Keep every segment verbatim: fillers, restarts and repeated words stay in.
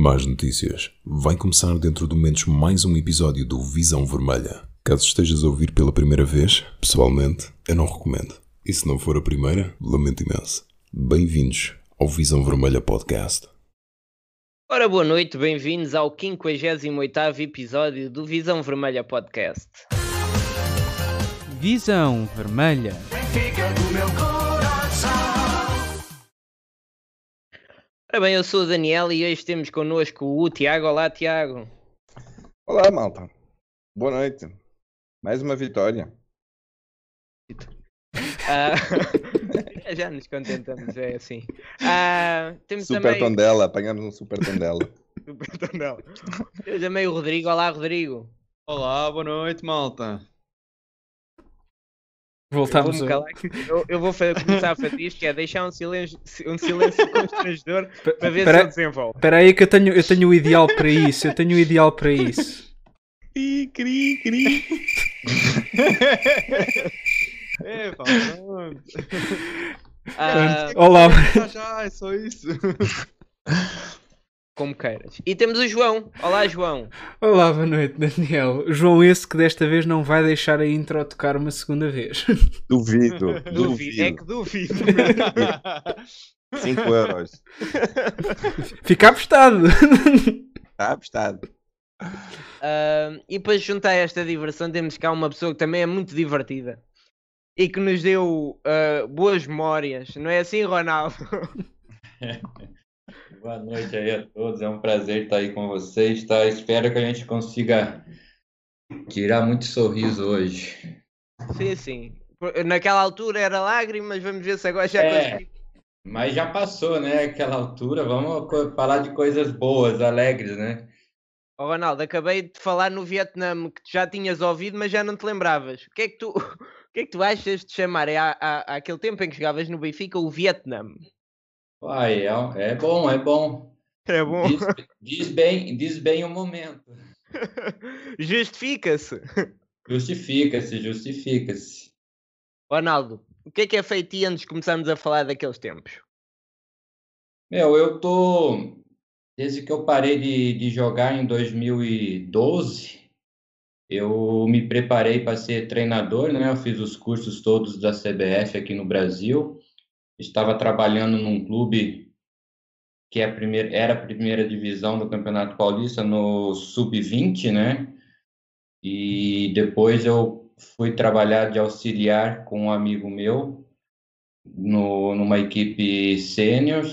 Más notícias. Vai começar dentro de momentos mais um episódio do Visão Vermelha. Caso estejas a ouvir pela primeira vez, pessoalmente, eu não recomendo. E se não for a primeira, lamento imenso. Bem-vindos ao Visão Vermelha Podcast. Ora, boa noite, bem-vindos ao quinquagésimo oitavo episódio do Visão Vermelha Podcast. Visão Vermelha. Ora bem, eu sou o Daniel e hoje temos connosco o Tiago. Olá, Tiago. Olá, malta. Boa noite. Mais uma vitória. Ah, já nos contentamos, é assim. Ah, temos Super também... Tondela, apanhamos um Super Tondela. Super Tondela. Temos também o Rodrigo. Olá, Rodrigo. Olá, boa noite, malta. Voltamos eu, a... calar, eu, eu vou fazer, começar a fazer isto, que é deixar um silêncio, um silêncio constrangedor para ver Pera, se ele desenvolve. Espera aí que eu tenho, eu tenho o ideal para isso. Eu tenho o ideal para isso. Cri, cri, cri. É, pá, pronto. Ah, Olá. Já, já, é só isso. como queiras. E temos o João. Olá, João. Olá, boa noite, Daniel. João esse que desta vez não vai deixar a intro tocar uma segunda vez. Duvido, Duvido. duvido. É que duvido. cinco euros. Fica apostado. Está apostado. Ah, e para juntar esta diversão temos cá uma pessoa que também é muito divertida e que nos deu ah, boas memórias. Não é assim, Ronaldo? Boa noite aí a todos, é um prazer estar aí com vocês, tá? Espero que a gente consiga tirar muito sorriso hoje. Sim, sim. Naquela altura era lágrimas, vamos ver se agora já É. conseguimos. Mas já passou, né? Aquela altura, vamos co- falar de coisas boas, alegres, né? Oh, Ronaldo, acabei de falar no Vietnã que tu já tinhas ouvido, mas já não te lembravas. O que é que tu, o que é que tu achas de chamar é, há, há, àquele tempo em que jogavas no Benfica o Vietnã? Uai, é, é bom, é bom. É bom. Diz, diz bem, diz bem o momento. Justifica-se. Justifica-se, justifica-se. Ronaldo, o que é que é feito de antes de começarmos a falar daqueles tempos? Meu, eu tô... Desde que eu parei de, de jogar em dois mil e doze, eu me preparei para ser treinador, né? Eu fiz os cursos todos da C B F aqui no Brasil. Estava trabalhando num clube que é a primeira, era a primeira divisão do Campeonato Paulista, no sub vinte, né? E depois eu fui trabalhar de auxiliar com um amigo meu no, numa equipe sênior.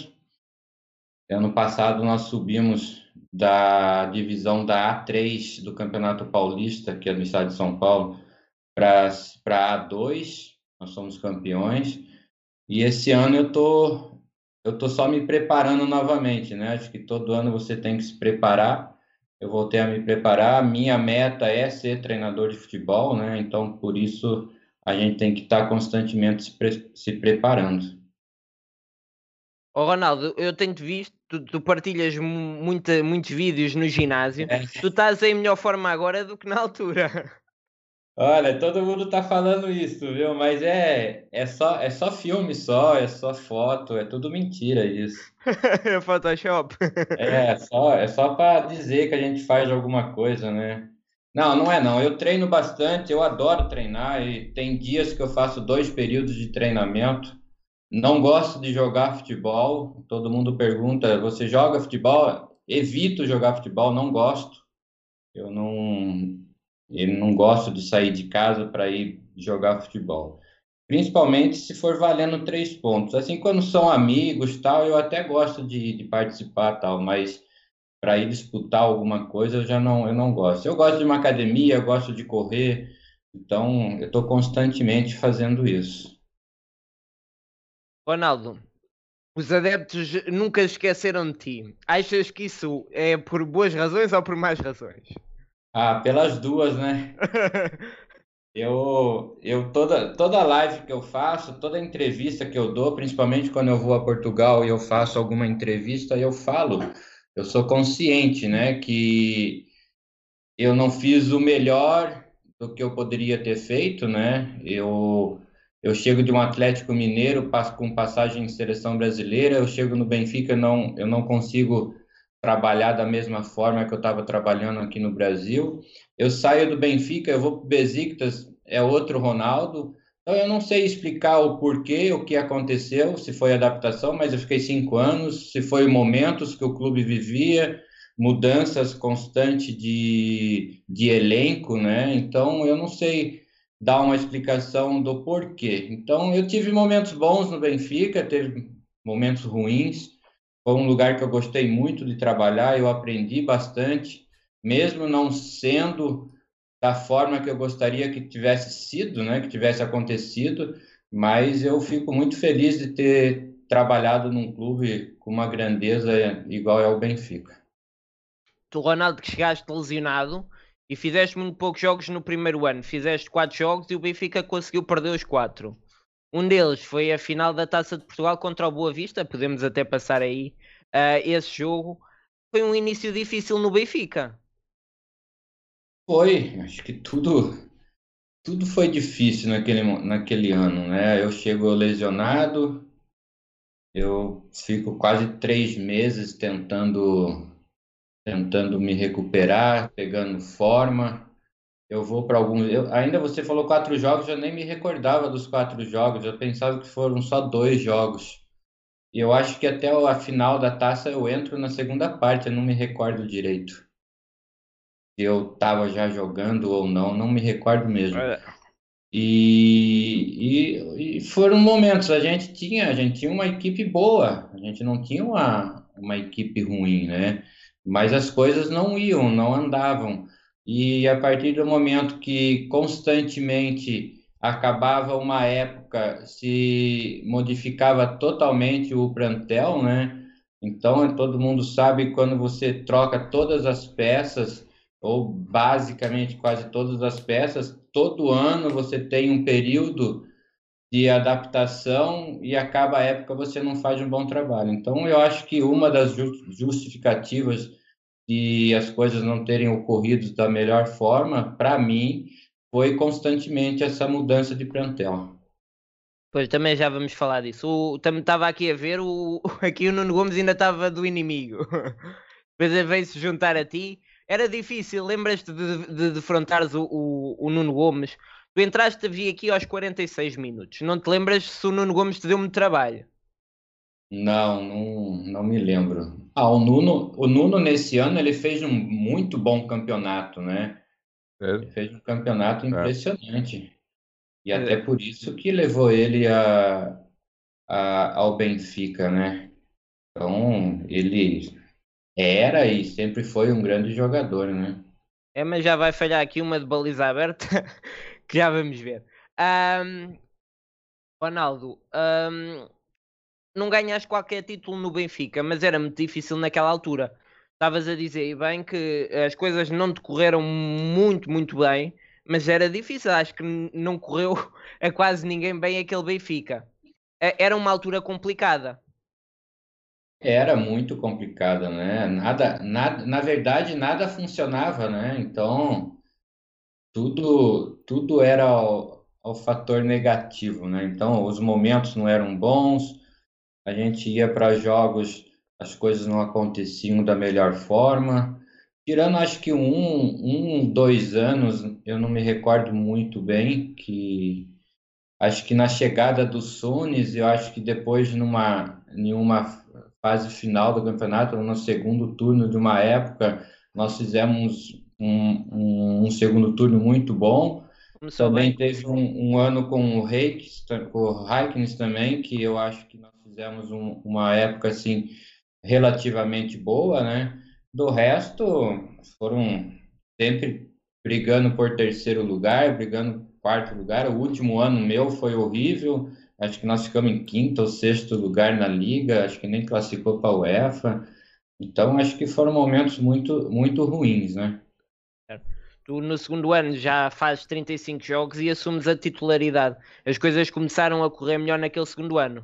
Ano passado nós subimos da divisão da A três do Campeonato Paulista, que é no estado de São Paulo, para para A dois. Nós somos campeões. E esse ano eu tô eu tô só me preparando novamente, né? Acho que todo ano você tem que se preparar. Eu voltei a me preparar. Minha meta é ser treinador de futebol, né? Então, por isso a gente tem que estar constantemente se, pre- se preparando. Oh, Ronaldo, eu tenho-te visto, tu, tu partilhas mu- muita, muitos vídeos no ginásio. É. Tu estás em melhor forma agora do que na altura. Olha, todo mundo tá falando isso, viu? Mas é, é só, é só filme só, é só foto, é tudo mentira isso. É Photoshop. É só, é só para dizer que a gente faz alguma coisa, né? Não, não é não. Eu treino bastante, eu adoro treinar e tem dias que eu faço dois períodos de treinamento. Não gosto de jogar futebol. Todo mundo pergunta, você joga futebol? Evito jogar futebol, não gosto. Eu não, eu não gosto de sair de casa para ir jogar futebol. Principalmente se for valendo três pontos. Assim, quando são amigos, tal, eu até gosto de, de participar, tal, mas para ir disputar alguma coisa, eu já não, eu não gosto. Eu gosto de uma academia, eu gosto de correr, então eu estou constantemente fazendo isso. Ronaldo, os adeptos nunca esqueceram de ti. Achas que isso é por boas razões ou por más razões? Ah, pelas duas, né? Eu, eu toda, toda live que eu faço, toda entrevista que eu dou, principalmente quando eu vou a Portugal e eu faço alguma entrevista, eu falo, eu sou consciente, né, que eu não fiz o melhor do que eu poderia ter feito, né? Eu, eu chego de um Atlético Mineiro, passo com passagem em seleção brasileira, eu chego no Benfica, eu não, eu não consigo trabalhar da mesma forma que eu estava trabalhando aqui no Brasil. Eu saio do Benfica, eu vou para o Besiktas, é outro Ronaldo. Então eu não sei explicar o porquê, o que aconteceu, se foi adaptação, mas eu fiquei cinco anos, se foi momentos que o clube vivia, mudanças constantes de, de elenco, né? Então eu não sei dar uma explicação do porquê. Então eu tive momentos bons no Benfica, teve momentos ruins. Foi um lugar que eu gostei muito de trabalhar, eu aprendi bastante, mesmo não sendo da forma que eu gostaria que tivesse sido, né, que tivesse acontecido, mas eu fico muito feliz de ter trabalhado num clube com uma grandeza igual é o Benfica. Tu, Ronaldo, que chegaste lesionado e fizeste muito poucos jogos no primeiro ano. Fizeste quatro jogos e o Benfica conseguiu perder os quatro. Um deles foi a final da Taça de Portugal contra o Boa Vista. Podemos até passar aí uh, esse jogo. Foi um início difícil no Benfica. Foi, acho que tudo, tudo foi difícil naquele, naquele ano, né? Eu chego lesionado, eu fico quase três meses tentando, tentando me recuperar, pegando forma. Eu vou para alguns. Eu, ainda você falou quatro jogos, eu nem me recordava dos quatro jogos, eu pensava que foram só dois jogos. E eu acho que até a final da taça eu entro na segunda parte, eu não me recordo direito. Se eu estava já jogando ou não, não me recordo mesmo. É. E, e, e foram momentos, a gente tinha, a gente tinha uma equipe boa, a gente não tinha uma, uma equipe ruim, né? Mas as coisas não iam, não andavam. E a partir do momento que constantemente acabava uma época, se modificava totalmente o plantel, né? Então, todo mundo sabe quando você troca todas as peças, ou basicamente quase todas as peças, todo ano você tem um período de adaptação e acaba a época você não faz um bom trabalho. Então, eu acho que uma das justificativas de as coisas não terem ocorrido da melhor forma, para mim, foi constantemente essa mudança de plantel. Pois, também já vamos falar disso. O, também estava aqui a ver, o, aqui o Nuno Gomes ainda estava do inimigo. Depois veio-se juntar a ti. Era difícil, lembras-te de, de defrontares o, o, o Nuno Gomes? Tu entraste a vir aqui aos quarenta e seis minutos. Não te lembras se o Nuno Gomes te deu muito trabalho? Não, não, não me lembro. Ah, o Nuno, o Nuno nesse ano ele fez um muito bom campeonato, né? É. Ele fez um campeonato impressionante. E É. até por isso que levou ele a, a, ao Benfica, né? Então, ele era e sempre foi um grande jogador, né? É, mas já vai falhar aqui uma de baliza aberta, que já vamos ver. Ahm, Ronaldo, ahm, não ganhaste qualquer título no Benfica, mas era muito difícil naquela altura. Estavas a dizer e bem que as coisas não te correram muito, muito bem, mas era difícil. Acho que n- não correu a quase ninguém bem aquele Benfica. E- Era uma altura complicada. Era muito complicado, né? Nada, nada, na verdade, nada funcionava, né? Então, tudo, tudo era ao, ao fator negativo, né? Então, os momentos não eram bons, a gente ia para jogos, as coisas não aconteciam da melhor forma. Tirando, acho que um, um, dois anos, eu não me recordo muito bem, que acho que na chegada do Sunes, eu acho que depois numa, em uma fase final do campeonato, ou no segundo turno de uma época, nós fizemos um, um, um segundo turno muito bom. Começou Também bem. teve um, um ano com o Reikens, com o Raikkonen também, que eu acho que nós fizemos um- uma época assim relativamente boa, né? Do resto, foram sempre brigando por terceiro lugar, brigando por quarto lugar. O último ano meu foi horrível. Acho que nós ficamos em quinto ou sexto lugar na liga, acho que nem classificou para a UEFA. Então, acho que foram momentos muito, muito ruins, né? Tu no segundo ano já fazes trinta e cinco jogos e assumes a titularidade. As coisas começaram a correr melhor naquele segundo ano.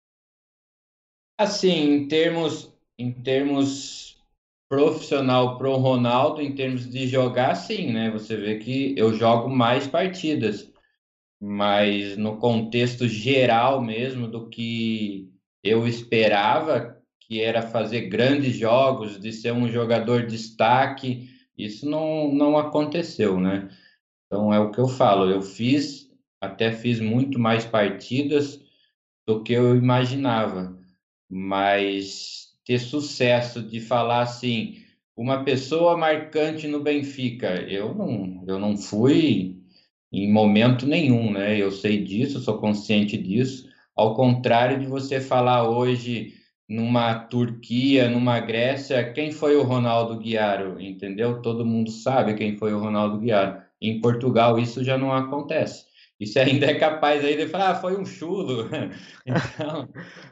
Assim, em termos, em termos profissional pro Ronaldo, em termos de jogar, sim, né? Você vê que eu jogo mais partidas, mas no contexto geral mesmo do que eu esperava que era fazer grandes jogos, de ser um jogador destaque, isso não, não aconteceu, né? Então é o que eu falo, eu fiz, até fiz muito mais partidas do que eu imaginava, mas ter sucesso de falar assim, uma pessoa marcante no Benfica, eu não, eu não fui em momento nenhum, né? Eu sei disso, sou consciente disso. Ao contrário de você falar hoje numa Turquia, numa Grécia, quem foi o Ronaldo Guiaro, entendeu? Todo mundo sabe quem foi o Ronaldo Guiaro. Em Portugal isso já não acontece. Isso ainda é capaz aí de falar, ah, foi um chulo. Então,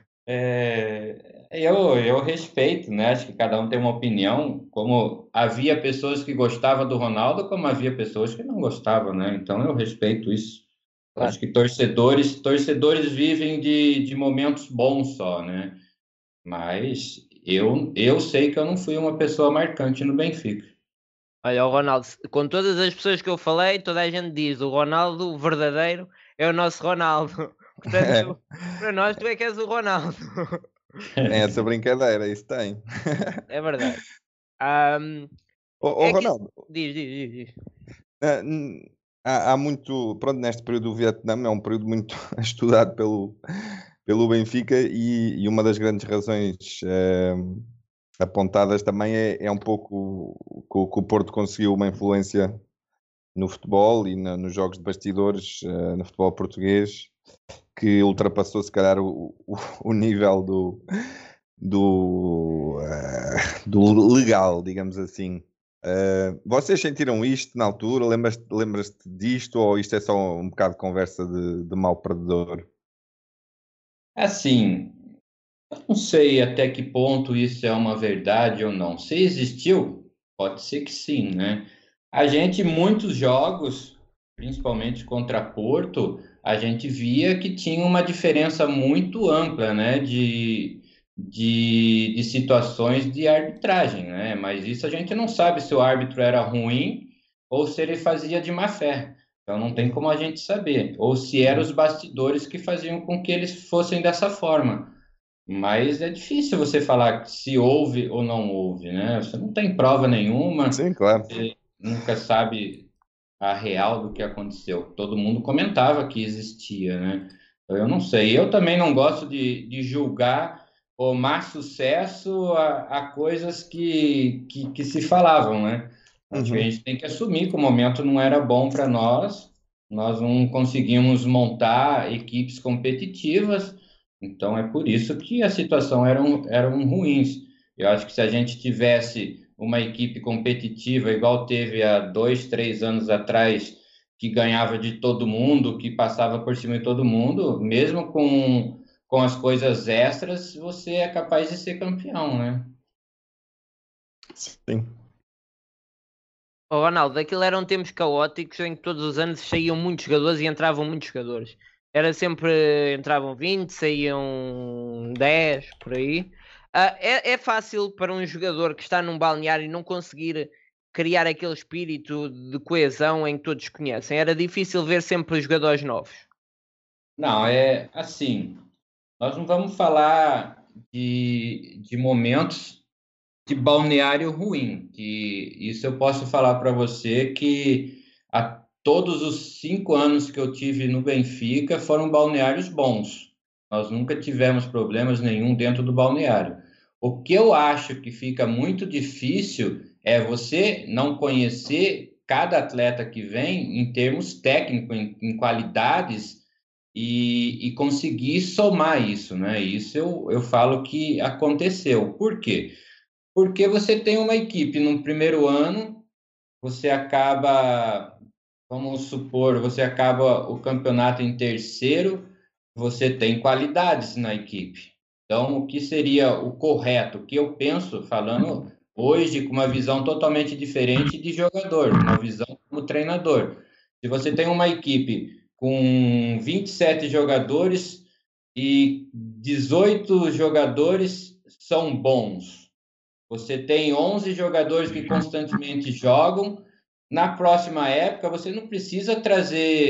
é, eu, eu respeito, né? Acho que cada um tem uma opinião. Como havia pessoas que gostavam do Ronaldo, como havia pessoas que não gostavam, né? Então eu respeito isso. Claro. Acho que torcedores, torcedores vivem de, de momentos bons só, né? Mas eu, eu sei que eu não fui uma pessoa marcante no Benfica. Olha, o Ronaldo, com todas as pessoas que eu falei, toda a gente diz, o Ronaldo o verdadeiro é o nosso Ronaldo. Portanto, para nós, tu é que és o Ronaldo. Tem essa brincadeira, isso tem. É verdade. Ahm, Ô, ô, é que- Ronaldo, Diz, diz, diz, diz. ah, hum, há, há muito, pronto, neste período do Vietnã é um período muito estudado pelo, pelo Benfica e, e uma das grandes razões ehm, apontadas também é, é um pouco que o, que o Porto conseguiu uma influência no futebol e na- nos jogos de bastidores, eh, no futebol português, que ultrapassou se calhar o, o, o nível do, do, eh, do legal, digamos assim. Eh, vocês sentiram isto na altura? Lembras-te lembras-te disto ou isto é só um bocado de conversa de, de mau perdedor? Assim, eu não sei até que ponto isso é uma verdade ou não. Se existiu, pode ser que sim, né? A gente, muitos jogos, principalmente contra Porto, a gente via que tinha uma diferença muito ampla, né, de, de, de situações de arbitragem, né? Mas isso a gente não sabe se o árbitro era ruim ou se ele fazia de má fé. Então não tem como a gente saber. Ou se eram os bastidores que faziam com que eles fossem dessa forma. Mas é difícil você falar se houve ou não houve, né? Você não tem prova nenhuma, Sim, claro. você nunca sabe a real do que aconteceu. Todo mundo comentava que existia, né? Então, eu não sei. Eu também não gosto de, de julgar o má sucesso a, a coisas que, que, que se falavam, né? Acho que a Uhum. gente tem que assumir que o momento não era bom para nós, nós não conseguimos montar equipes competitivas, então é por isso que a situação eram, eram ruins. Eu acho que se a gente tivesse uma equipe competitiva, igual teve há dois, três anos atrás, que ganhava de todo mundo, que passava por cima de todo mundo, mesmo com, com as coisas extras, você é capaz de ser campeão, né? Sim. Ô, Ronaldo, aquilo eram tempos caóticos em que todos os anos saíam muitos jogadores e entravam muitos jogadores. Era sempre, entravam vinte, saíam dez, por aí. Ah, é, é fácil para um jogador que está num balneário não conseguir criar aquele espírito de coesão em que todos conhecem. Era difícil ver sempre jogadores novos. Não, é assim, nós não vamos falar de, de momentos de balneário ruim, que isso eu posso falar para você que a todos os cinco anos que eu tive no Benfica foram balneários bons. Nós nunca tivemos problemas nenhum dentro do balneário. O que eu acho que fica muito difícil é você não conhecer cada atleta que vem em termos técnicos, em, em qualidades e, e conseguir somar isso, né? Isso eu, eu falo que aconteceu. Por quê? Porque você tem uma equipe no primeiro ano, você acaba, vamos supor, você acaba o campeonato em terceiro, você tem qualidades na equipe. Então, o que seria o correto? O que eu penso, falando hoje com uma visão totalmente diferente de jogador, uma visão como treinador. Se você tem uma equipe com vinte e sete jogadores e dezoito jogadores são bons, você tem onze jogadores que constantemente jogam. Na próxima época, você não precisa trazer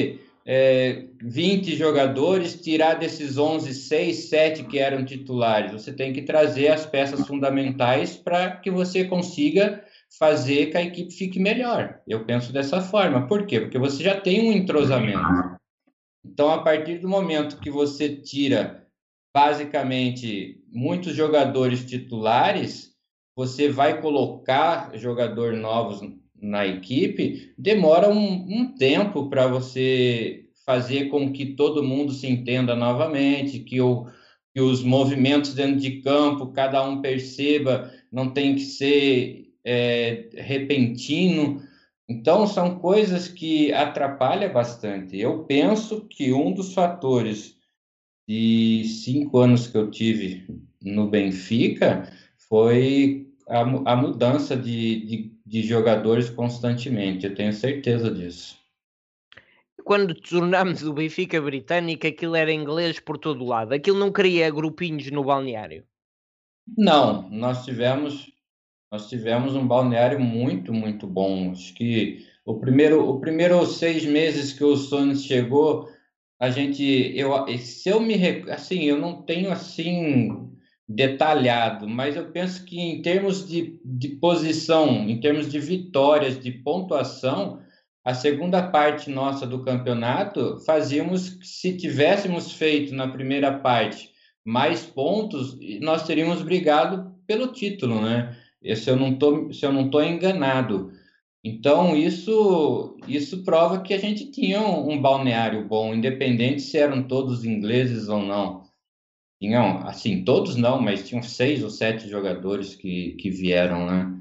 é, vinte jogadores, tirar desses onze, seis, sete que eram titulares. Você tem que trazer as peças fundamentais para que você consiga fazer que a equipe fique melhor. Eu penso dessa forma. Por quê? Porque você já tem um entrosamento. Então, a partir do momento que você tira, basicamente, muitos jogadores titulares, você vai colocar jogadores novos na equipe, demora um, um tempo para você fazer com que todo mundo se entenda novamente, que, o, que os movimentos dentro de campo, cada um perceba, não tem que ser é, repentino. Então, são coisas que atrapalham bastante. Eu penso que um dos fatores de cinco anos que eu tive no Benfica foi a, a mudança de, de, de jogadores constantemente. Eu tenho certeza disso. Quando tornámos o Benfica britânico, aquilo era inglês por todo lado. Aquilo não cria grupinhos no balneário. Não, nós tivemos... Nós tivemos um balneário muito, muito bom. Acho que o primeiro, o primeiro seis meses que o Sones chegou, a gente, eu, se eu me, assim, eu não tenho assim detalhado, mas eu penso que em termos de, de posição, em termos de vitórias, de pontuação, a segunda parte nossa do campeonato fazíamos, se tivéssemos feito na primeira parte mais pontos, nós teríamos brigado pelo título, né? Se eu não tô, se eu não tô enganado. Então, isso, isso prova que a gente tinha um, um balneário bom, independente se eram todos ingleses ou não. Tinham, assim, todos não, mas tinham seis ou sete jogadores que, que vieram, né?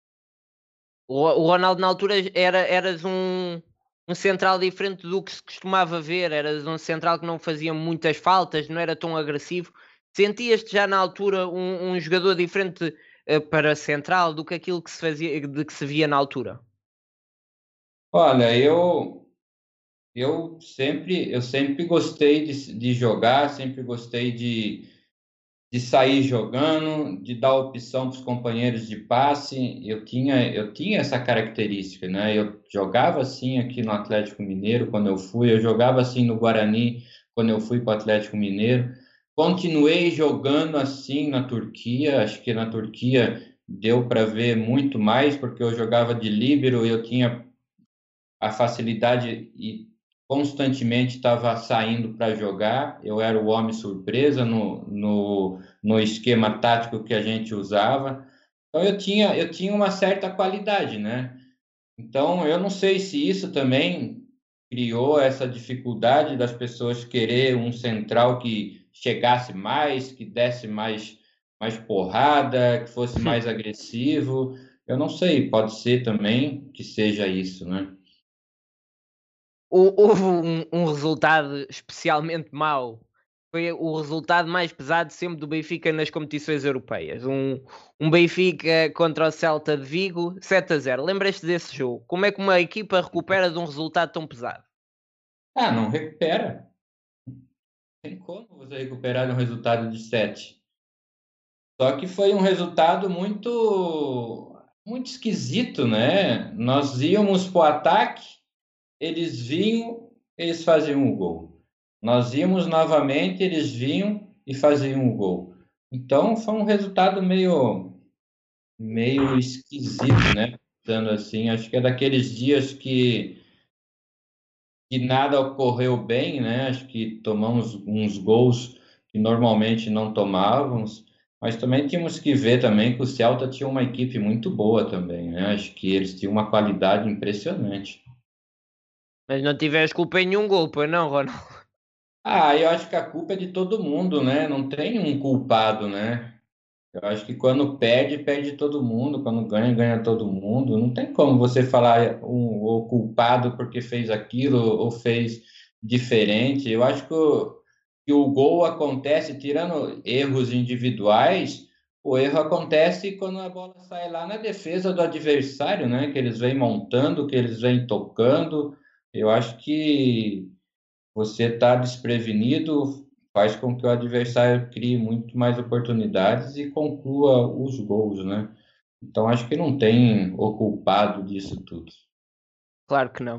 O, o Ronaldo, na altura, era, eras um, um central diferente do que se costumava ver. Eras um central que não fazia muitas faltas, não era tão agressivo. Sentias-te já na altura um, um jogador diferente para central do que aquilo que se fazia, de que se via na altura? Olha, eu eu sempre eu sempre gostei de, de jogar, sempre gostei de, de sair jogando, de dar opção para os companheiros de passe. Eu tinha eu tinha essa característica, né? Eu jogava assim aqui no Atlético Mineiro quando eu fui, eu jogava assim no Guarani quando eu fui para o Atlético Mineiro. Continuei jogando assim na Turquia, acho que na Turquia deu para ver muito mais, porque eu jogava de líbero, eu tinha a facilidade e constantemente estava saindo para jogar, eu era o homem surpresa no, no, no esquema tático que a gente usava, então eu tinha, eu tinha uma certa qualidade, né? Então eu não sei se isso também criou essa dificuldade das pessoas querer um central que chegasse mais, que desse mais, mais porrada, que fosse mais agressivo. Eu não sei, pode ser também que seja isso, né? Houve um, um resultado especialmente mau. Foi o resultado mais pesado sempre do Benfica nas competições europeias. Um, um Benfica contra o Celta de Vigo, sete a zero. Lembras-te desse jogo? Como é que uma equipa recupera de um resultado tão pesado? Ah, não recupera. Tem como você recuperar de um resultado de sete. Só que foi um resultado muito, muito esquisito, né? Nós íamos para o ataque, eles vinham, eles faziam o gol. Nós íamos novamente, eles vinham e faziam o gol. Então foi um resultado meio, meio esquisito, né? Pensando assim, acho que é daqueles dias que que nada ocorreu bem, né? Acho que tomamos uns gols que normalmente não tomávamos, mas também tínhamos que ver também que o Celta tinha uma equipe muito boa também, né? Acho que eles tinham uma qualidade impressionante. Mas não tiveste culpa em nenhum gol, pois não, Ronaldo? Ah, eu acho que a culpa é de todo mundo, né? Não tem um culpado, né? Eu acho que quando perde, perde todo mundo, quando ganha, ganha todo mundo. Não tem como você falar um, o culpado porque fez aquilo ou fez diferente. Eu acho que o, que o gol acontece, tirando erros individuais, o erro acontece quando a bola sai lá na defesa do adversário, né? Que eles vêm montando, que eles vêm tocando. Eu acho que você está desprevenido faz com que o adversário crie muito mais oportunidades e conclua os gols, né? Então acho que não tem o culpado disso tudo. Claro que não.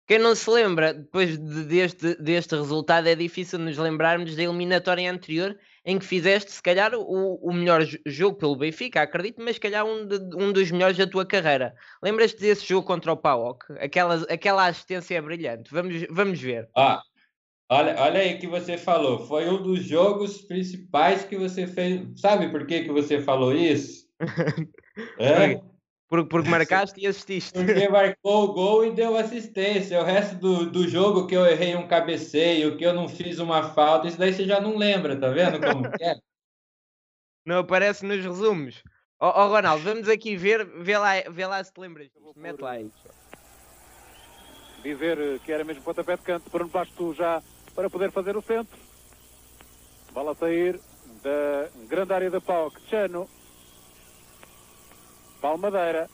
Quem não se lembra, depois de- deste, deste resultado, é difícil nos lembrarmos da eliminatória anterior em que fizeste, se calhar, o, o melhor jo- jogo pelo Benfica, acredito, mas se calhar um, de- um dos melhores da tua carreira. Lembras-te desse jogo contra o PAOK? Aquela, aquela assistência brilhante. Vamos, vamos ver. Ó, olha, olha aí que você falou. Foi um dos jogos principais que você fez. Sabe por que que você falou isso? É? Por- porque marcaste e assististe. Porque marcou o gol e deu assistência. O resto do, do jogo que eu errei um cabeceio, que eu não fiz uma falta, isso daí você já não lembra, tá vendo como que é? Não aparece nos resumos. Ó ó, Ronaldo, vamos aqui ver, vê lá, vê lá se te lembras disto. Mete lá aí. Dizer que era mesmo pontapé de canto, Bruno Basto já para poder fazer o centro. Bola a sair da grande área da Pau, Cristiano. Palmadeira.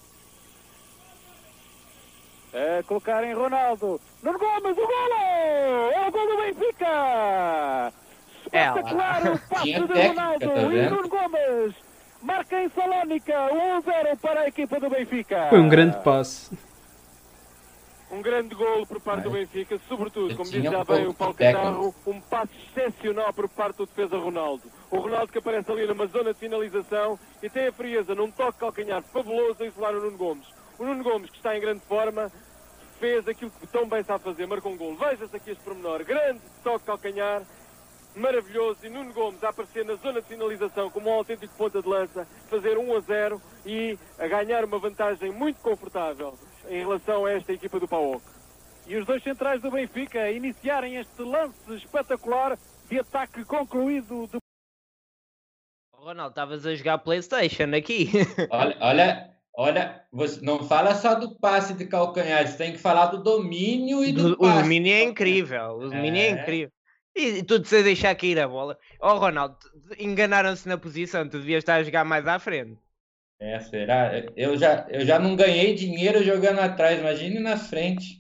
A colocar em Ronaldo. Nuno Gomes, o golo! É o gol do Benfica! Espetacular o passe Tinha de técnica, Ronaldo tá e vendo? Nuno Gomes. Marca em Salónica, um a zero para a equipa do Benfica. Foi um grande passe. Um grande golo por parte Mas do Benfica, sobretudo, eu como tinha disse já um bem pouco o Paulo de técnica. Catarro, um passe excepcional por parte do defesa Ronaldo. O Ronaldo que aparece ali numa zona de finalização e tem a frieza num toque de calcanhar fabuloso a isolar o Nuno Gomes. O Nuno Gomes, que está em grande forma, fez aquilo que tão bem sabe fazer, marcou um golo. Veja-se aqui este pormenor, grande toque de calcanhar, maravilhoso, e Nuno Gomes a aparecer na zona de finalização como um autêntico ponta de lança, fazer um a zero e a ganhar uma vantagem muito confortável em relação a esta equipa do PAOK. E os dois centrais do Benfica iniciarem este lance espetacular de ataque concluído do... Ronaldo, estavas a jogar PlayStation aqui. Olha, olha, olha, você não fala só do passe de calcanhar, você tem que falar do domínio e do, Do- o passe. domínio é incrível. O domínio é, É. incrível. E, e tu sem deixar cair a bola. Ó Ronaldo, enganaram-se na posição. Tu devias estar a jogar mais à frente. É, será? Eu já, eu já não ganhei dinheiro jogando atrás, imagine na frente.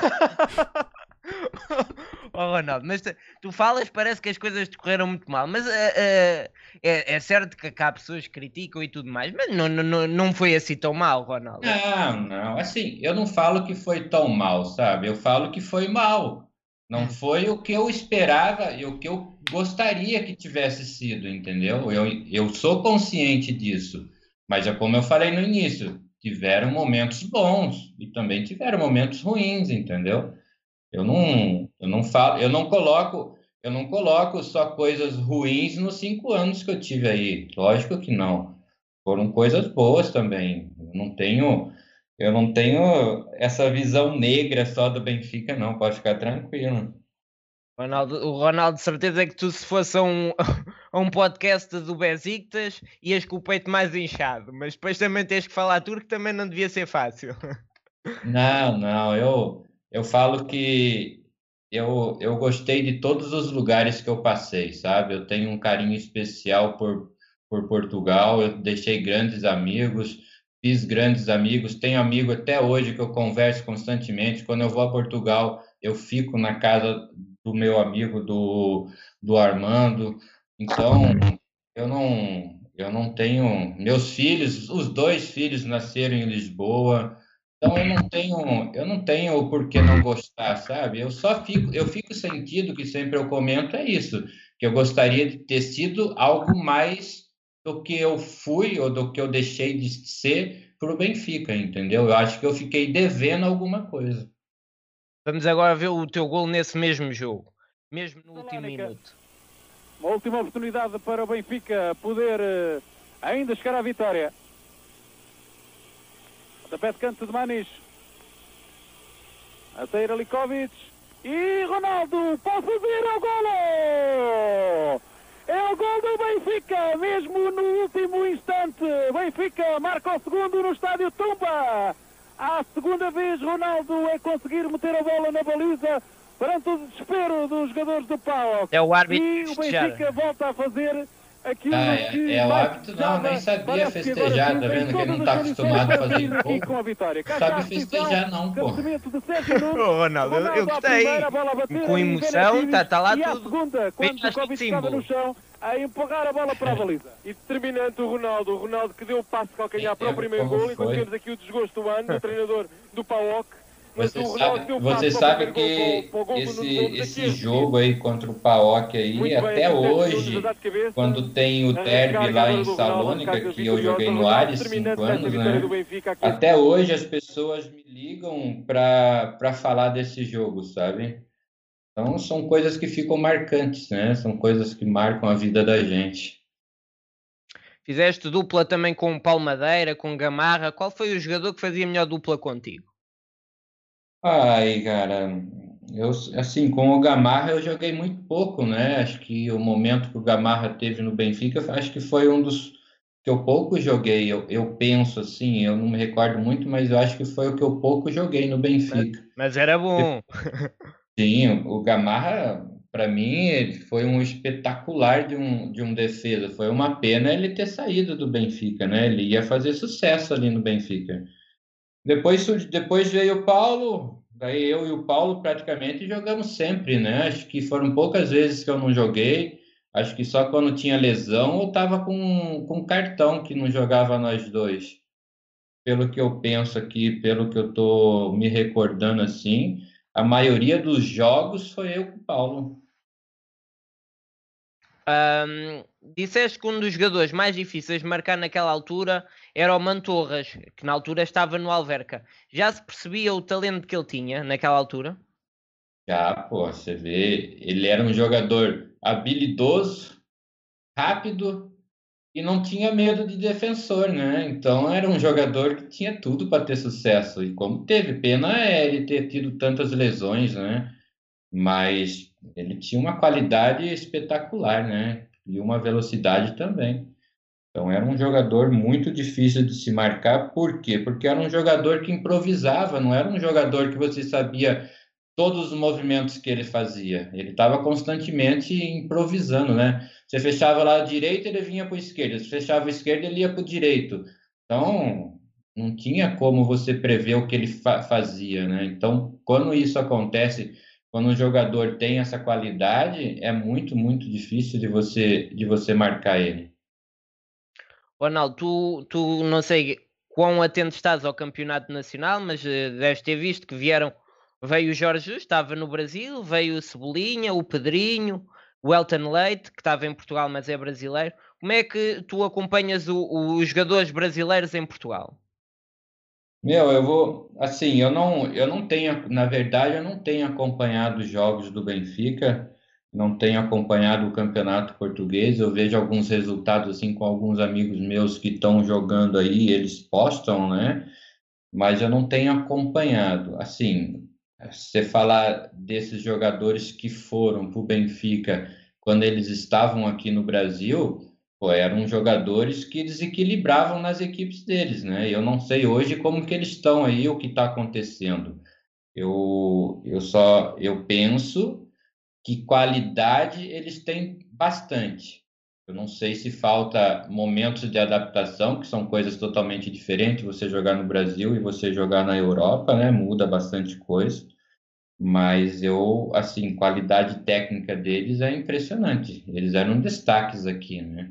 Ó Ronaldo, mas tu, tu falas, parece que as coisas te correram muito mal. Mas eh, eh, é, é certo que cá há pessoas que criticam e tudo mais. Mas não, não, não- não foi assim tão mal, Ronaldo. Não, não, assim, eu não falo que foi tão mal, sabe? Eu falo que foi mal. Não foi o que eu esperava e o que eu gostaria que tivesse sido, entendeu? Eu, eu sou consciente disso, mas é como eu falei no início, tiveram momentos bons e também tiveram momentos ruins, entendeu? Eu não, eu não falo, eu não coloco, eu não coloco só coisas ruins nos cinco anos que eu tive aí. Lógico que não. Foram coisas boas também. Eu não tenho, eu não tenho essa visão negra só do Benfica, não. Pode ficar tranquilo. Ronaldo, o Ronaldo, de certeza que tu, se fosse a um, a um podcast do Besiktas, ias com o peito mais inchado. Mas depois também tens que falar turco, também não devia ser fácil. Não, não. Eu, eu falo que eu, eu gostei de todos os lugares que eu passei, sabe? Eu tenho um carinho especial por, por Portugal. Eu deixei grandes amigos, fiz grandes amigos. Tenho amigo até hoje que eu converso constantemente. Quando eu vou a Portugal, eu fico na casa do meu amigo, do, do Armando. Então, eu não, eu não tenho. Meus filhos, os dois filhos nasceram em Lisboa. Então eu não tenho, eu não tenho o porquê não gostar, sabe? Eu só fico, eu fico sentido que sempre eu comento é isso, que eu gostaria de ter sido algo mais do que eu fui ou do que eu deixei de ser para o Benfica, entendeu? Eu acho que eu fiquei devendo alguma coisa. Vamos agora ver o teu gol nesse mesmo jogo. Mesmo no último Salónica. minuto. Uma última oportunidade para o Benfica poder eh, ainda chegar à vitória. Da pé de canto de Manis. A sair Alikovic. E Ronaldo pode fazer o golo! É o gol do Benfica, mesmo no último instante. Benfica marca o segundo no estádio Tumba. À segunda vez Ronaldo é conseguir meter a bola na baliza perante o desespero dos jogadores do PAOK. É o árbitro E o festejar. Benfica volta a fazer aquilo Ah, é- que é o mais hábito, não, precisava. nem sabia Parece que agora festejar, sim tá tem vendo que ele não todas tá as acostumado condições a para fazer sair aqui gol. com a vitória. Cá Sabe está a decisão, festejar não, pô. cabeceamento de Sérgio Nunes. Oh, Ronaldo, eu, eu Ronaldo à gostei. primeira, a bola a bater Com em emoção, Benavides, está tá lá e à tudo. segunda, quando Bem, o Kovic acho que estava no símbolo. chão, a empurrar a bola para a baliza. E determinante o Ronaldo, o Ronaldo que deu o passe de calcanhar para o Entendo primeiro como gol, enquanto foi. temos aqui o desgosto do ano, do treinador do PAOK. Mas Você o Ronaldo sabe, deu o você passo para o sabe primeiro gol, que para o gol do esse, Nuno Gomes esse aqui a jogo seguir. aí contra o PAOK aí, Muito bem, até aqui o Sérgio Nunes a hoje, dar de cabeça. quando tem o A derby lá recarga em agora do Ronaldo, a Salônica, recarga que eu vitoriosa. joguei no Ronaldo Ares determinante cinco nesta anos, vitória do né? Benfica aqui. Até hoje as pessoas me ligam para para falar desse jogo, sabe? Então são coisas que ficam marcantes, né? São coisas que marcam a vida da gente. Fizeste dupla também com o Paulo Madeira, com Gamarra. Qual foi o jogador que fazia melhor dupla contigo? Ai, cara, eu assim, com o Gamarra eu joguei muito pouco, né? Acho que o momento que o Gamarra teve no Benfica, acho que foi um dos que eu pouco joguei. Eu, eu penso assim, eu não me recordo muito, mas eu acho que foi o que eu pouco joguei no Mas, Benfica. mas era bom. Sim, o Gamarra, para mim, ele foi um espetacular de um, de um defesa. Foi uma pena ele ter saído do Benfica, né? Ele ia fazer sucesso ali no Benfica. Depois, surgi- depois veio o Paulo, daí eu e o Paulo praticamente jogamos sempre, né? Acho que foram poucas vezes que eu não joguei. Acho que só quando tinha lesão ou tava com, com cartão que não jogava nós dois. Pelo que eu penso aqui, pelo que eu tô me recordando assim, a maioria dos jogos foi eu com o Paulo. Ahm, disseste que um dos jogadores mais difíceis de marcar naquela altura era o Mantorras, que na altura estava no Alverca. Já se percebia o talento que ele tinha naquela altura? Já, pô, você vê, ele era um jogador habilidoso, rápido e não tinha medo de defensor, né? Então era um jogador que tinha tudo para ter sucesso. E como teve, pena é ele ter tido tantas lesões, né? Mas ele tinha uma qualidade espetacular, né? E uma velocidade também. Então era um jogador muito difícil de se marcar. Por quê? Porque era um jogador que improvisava, não era um jogador que você sabia todos os movimentos que ele fazia. Ele estava constantemente improvisando, né? Você fechava lá a direita, ele vinha para a esquerda. Você fechava a esquerda, ele ia para o direito. Então, não tinha como você prever o que ele fa fazia, né? Então, quando isso acontece, quando um jogador tem essa qualidade, é muito, muito difícil de você, de você marcar ele. Ronaldo, tu, tu não sei quão atento estás ao campeonato nacional, mas eh, deves ter visto que vieram, veio o Jorge Jesus, estava no Brasil, veio o Cebolinha, o Pedrinho, o Elton Leite, que estava em Portugal, mas é brasileiro. Como é que tu acompanhas o- os jogadores brasileiros em Portugal? Meu, eu vou, assim, eu não, eu não tenho, na verdade, eu não tenho acompanhado os jogos do Benfica, não tenho acompanhado o Campeonato Português. Eu vejo alguns resultados assim com alguns amigos meus que estão jogando aí, eles postam, né? Mas eu não tenho acompanhado. Assim, você falar desses jogadores que foram para o Benfica quando eles estavam aqui no Brasil, pô, eram jogadores que desequilibravam nas equipes deles, né? Eu não sei hoje como que eles estão aí, o que está acontecendo. Eu, eu só eu penso que qualidade eles têm bastante. Eu não sei se falta momentos de adaptação, que são coisas totalmente diferentes, você jogar no Brasil e você jogar na Europa, né? Muda bastante coisa. Mas eu, assim, qualidade técnica deles é impressionante. Eles eram destaques aqui, né?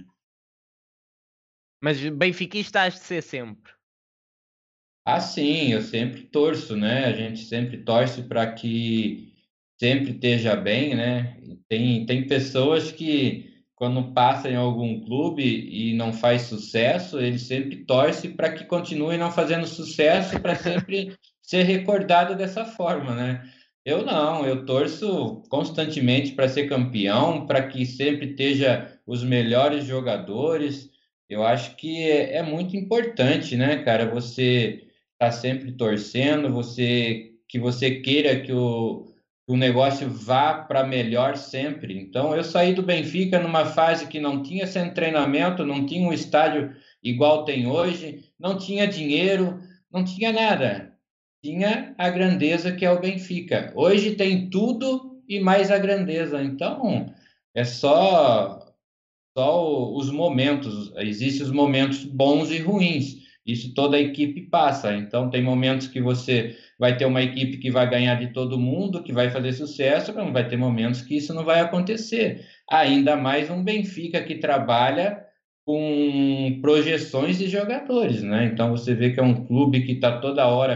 Mas benfiquista has de ser sempre. Ah, sim, eu sempre torço, né? A gente sempre torce para que sempre esteja bem, né? E Tem, tem pessoas que, quando passam em algum clube e não faz sucesso, eles sempre torcem para que continue não fazendo sucesso, para sempre ser recordado dessa forma, né? Eu não, eu torço constantemente para ser campeão, para que sempre esteja os melhores jogadores. Eu acho que é, é muito importante, né, cara? Você tá sempre torcendo, você que você queira que o, o negócio vá para melhor sempre. Então, eu saí do Benfica numa fase que não tinha sem treinamento, não tinha um estádio igual tem hoje, não tinha dinheiro, não tinha nada. Tinha a grandeza que é o Benfica. Hoje tem tudo e mais a grandeza. Então, é só só o- os momentos, existem os momentos bons e ruins. Isso toda a equipe passa. Então, tem momentos que você vai ter uma equipe que vai ganhar de todo mundo, que vai fazer sucesso, mas vai ter momentos que isso não vai acontecer. Ainda mais um Benfica que trabalha com projeções de jogadores, né? Então, você vê que é um clube que está toda hora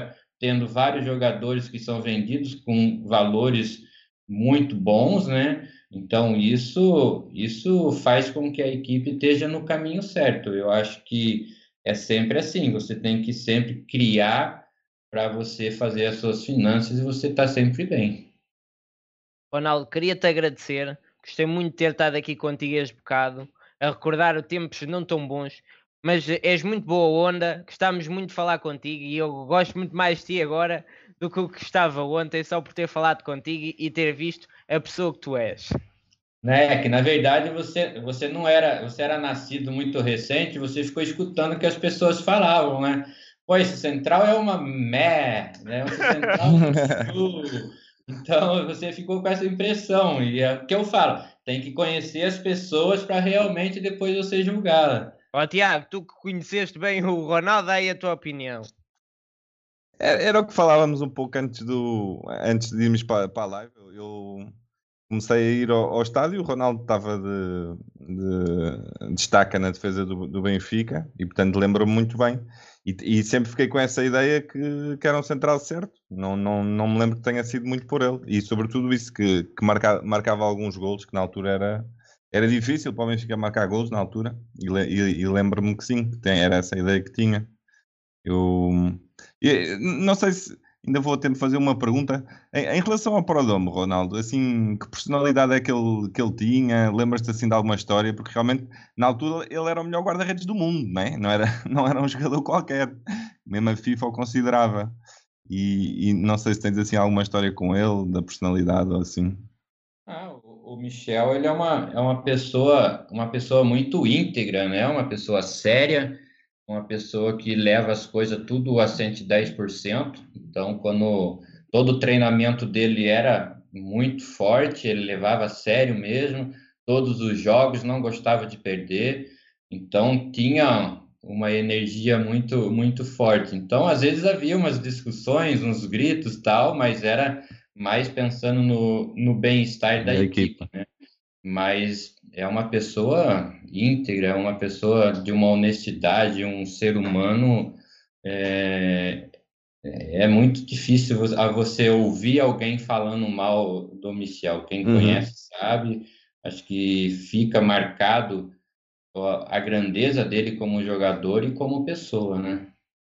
tendo vários jogadores que são vendidos com valores muito bons, né? Então, isso, isso faz com que a equipe esteja no caminho certo. Eu acho que é sempre assim, você tem que sempre criar para você fazer as suas finanças e você está sempre bem. Ronaldo, queria-te agradecer. Gostei muito de ter estado aqui contigo este bocado, a recordar tempos não tão bons, mas és muito boa onda, gostámos muito de falar contigo e eu gosto muito mais de ti agora do que o que estava ontem, só por ter falado contigo e ter visto a pessoa que tu és. Né? Que na verdade você, você não era, você era nascido muito recente, você ficou escutando o que as pessoas falavam, né? Pô, esse central é uma mé, né? Esse central é um... Então você ficou com essa impressão, e é o que eu falo, tem que conhecer as pessoas para realmente depois você julgá-la. Ó Tiago, tu que conheceste bem o Ronaldo, aí a tua opinião. Era, era o que falávamos um pouco antes, do, antes de irmos para, para a live. Eu comecei a ir ao, ao estádio, o Ronaldo estava de, de destaca na defesa do, do Benfica e, portanto, lembro-me muito bem. E, e sempre fiquei com essa ideia que, que era um central certo. Não, não, não me lembro que tenha sido muito por ele. E, sobretudo, isso que, que marca, marcava alguns golos, que na altura era, era difícil para o Benfica marcar golos na altura. E, e, e lembro-me que sim, que tem, era essa ideia que tinha. Eu, eu não sei se ainda vou ter de fazer uma pergunta em, em relação ao Prodomo, Ronaldo. Assim, que personalidade é que ele, que ele tinha? Lembras-te assim de alguma história? Porque realmente na altura ele era o melhor guarda-redes do mundo, não é? Não era, não era um jogador qualquer, mesmo a FIFA o considerava. E, e não sei se tens assim alguma história com ele, da personalidade ou assim. Ah, o, o Michel, ele é uma, é uma pessoa, uma pessoa muito íntegra, né? Uma pessoa séria, uma pessoa que leva as coisas tudo a cento e dez por cento. Então, quando todo o treinamento dele era muito forte, ele levava a sério mesmo, todos os jogos, não gostava de perder. Então, tinha uma energia muito, muito forte. Então, às vezes havia umas discussões, uns gritos e tal, mas era mais pensando no, no bem-estar da Da equipe, equipe. né? Mas é uma pessoa íntegra, é uma pessoa de uma honestidade, um ser humano. É, é muito difícil vo- a você ouvir alguém falando mal do Michel. Quem Uhum. conhece sabe, acho que fica marcado ó, a grandeza dele como jogador e como pessoa, né?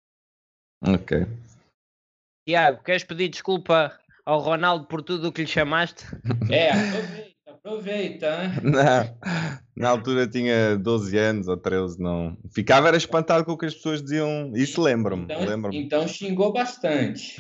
Ok. Tiago, queres pedir desculpa ao Ronaldo por tudo o que lhe chamaste? É, aproveita, aproveita, né? Na, na altura tinha doze anos ou treze, não. Ficava era espantado com o que as pessoas diziam. Isso lembro-me, Então, lembro-me. então xingou bastante.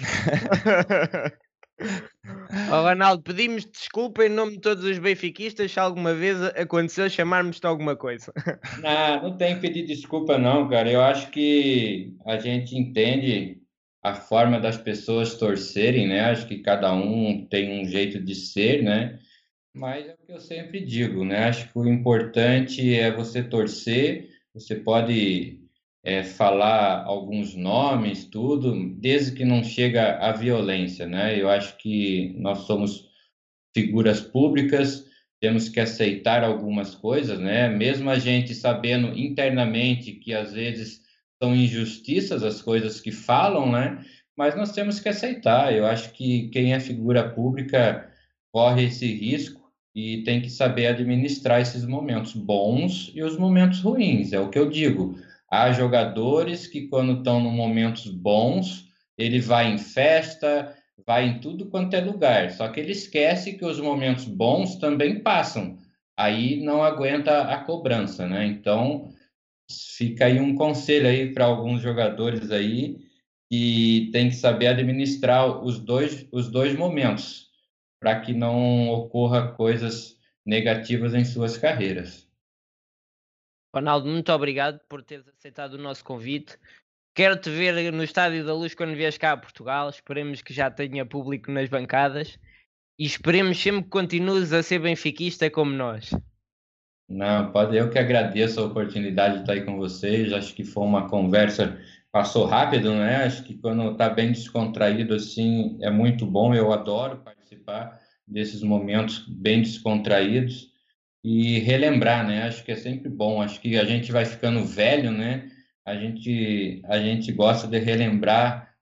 Ó Ronaldo, pedimos desculpa em nome de todos os benfiquistas se alguma vez aconteceu chamarmos-te alguma coisa. Não, não tem que pedir desculpa, não, cara. Eu acho que a gente entende a forma das pessoas torcerem, né? Acho que cada um tem um jeito de ser, né? Mas é o que eu sempre digo, né? Acho que o importante é você torcer. Você pode é, falar alguns nomes, tudo, desde que não chega à violência, né? Eu acho que nós somos figuras públicas, temos que aceitar algumas coisas, né? Mesmo a gente sabendo internamente que às vezes são injustiças as coisas que falam, né? Mas nós temos que aceitar. Eu acho que quem é figura pública corre esse risco e tem que saber administrar esses momentos bons e os momentos ruins. É o que eu digo. Há jogadores que quando estão em momentos bons, ele vai em festa, vai em tudo quanto é lugar, só que ele esquece que os momentos bons também passam, aí não aguenta a cobrança, né? Então, fica aí um conselho aí para alguns jogadores aí que tem que saber administrar os dois, os dois momentos, para que não ocorra coisas negativas em suas carreiras. Ronaldo, muito obrigado por teres aceitado o nosso convite. Quero-te ver no Estádio da Luz quando vies cá a Portugal. Esperemos que já tenha público nas bancadas. E esperemos sempre que continues a ser benfiquista como nós. Não, pode, eu que agradeço a oportunidade de estar aí com vocês. Acho que foi uma conversa, passou rápido, né? Acho que quando está bem descontraído assim, é muito bom. Eu adoro participar desses momentos bem descontraídos e relembrar, né? Acho que é sempre bom. Acho que a gente vai ficando velho, né? A gente, a gente gosta de relembrar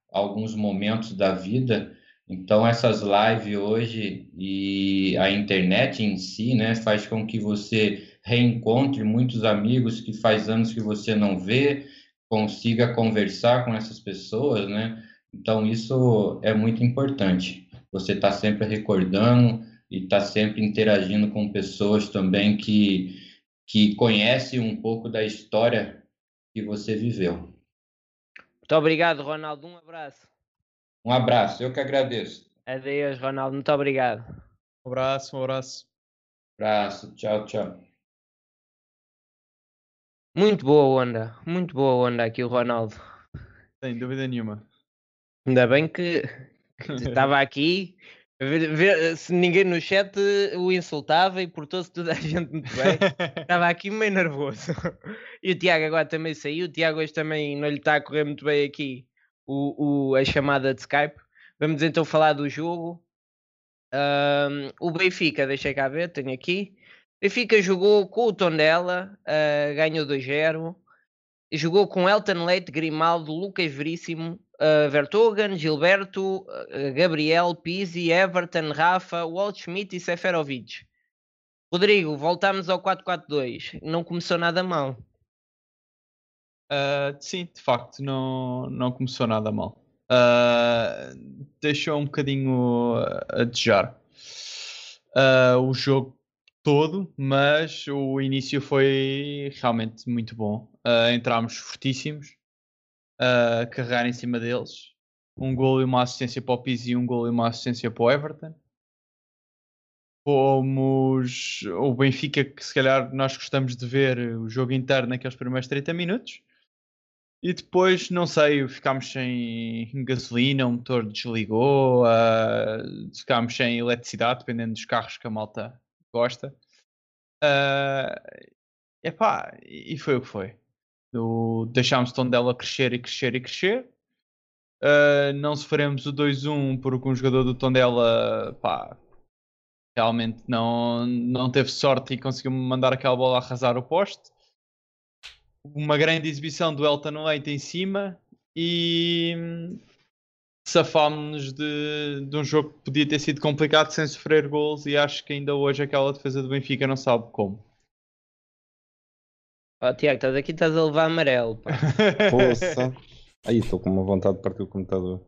alguns momentos da vida. Então, essas lives hoje e a internet em si, né, faz com que você reencontre muitos amigos que faz anos que você não vê, consiga conversar com essas pessoas, né? Então, isso é muito importante. Você está sempre recordando e está sempre interagindo com pessoas também que, que conhecem um pouco da história que você viveu. Muito obrigado, Ronaldo. Um abraço. Um abraço, eu que agradeço. Adeus, Ronaldo. Muito obrigado. Um abraço, um abraço. Abraço, tchau, tchau. Muito boa onda. Muito boa onda aqui o Ronaldo. Sem dúvida nenhuma. Ainda bem que, que estava aqui. a ver- ver se ninguém no chat o insultava e portou-se toda a gente muito bem. Estava aqui meio nervoso. E o Tiago agora também saiu. O Tiago hoje também não lhe está a correr muito bem aqui o, o- a chamada de Skype. Vamos então falar do jogo. Ahm, o Benfica, deixa cá ver, tenho aqui. Benfica jogou com o Tondela, ah, ganhou dois zero. Jogou com Elton Leite, Grimaldo, Lucas Veríssimo, uh, Vertonghen, Gilberto, uh, Gabriel, Pizzi, Everton, Rafa, Waldschmidt e Seferovic. Rodrigo, voltamos ao quatro quatro dois. Não começou nada mal. Uh, sim, de facto, não, não começou nada mal. Uh, deixou um bocadinho a desejar uh, o jogo todo, mas o início foi realmente muito bom. Uh, entramos fortíssimos a carregar em cima deles. Um gol e uma assistência para o Pizzi e um gol e uma assistência para o Everton. Fomos o Benfica, que se calhar nós gostamos de ver o jogo inteiro naqueles primeiros trinta minutos. E depois, não sei, ficámos sem gasolina, o motor desligou, uh, ficámos sem eletricidade, dependendo dos carros que a malta gosta. Uh, epá, e foi o que foi. O, deixámos o Tondela crescer e crescer e crescer. Uh, não sofremos o dois um porque um jogador do Tondela, pá, realmente não, não teve sorte e conseguiu mandar aquela bola arrasar o poste. Uma grande exibição do Elton Leite em cima e safámos-nos de, de um jogo que podia ter sido complicado sem sofrer gols, e acho que ainda hoje aquela defesa do Benfica não sabe como. Ó, Tiago, estás aqui, estás a levar amarelo. Pá. Poça. Aí estou com uma vontade de partir o computador.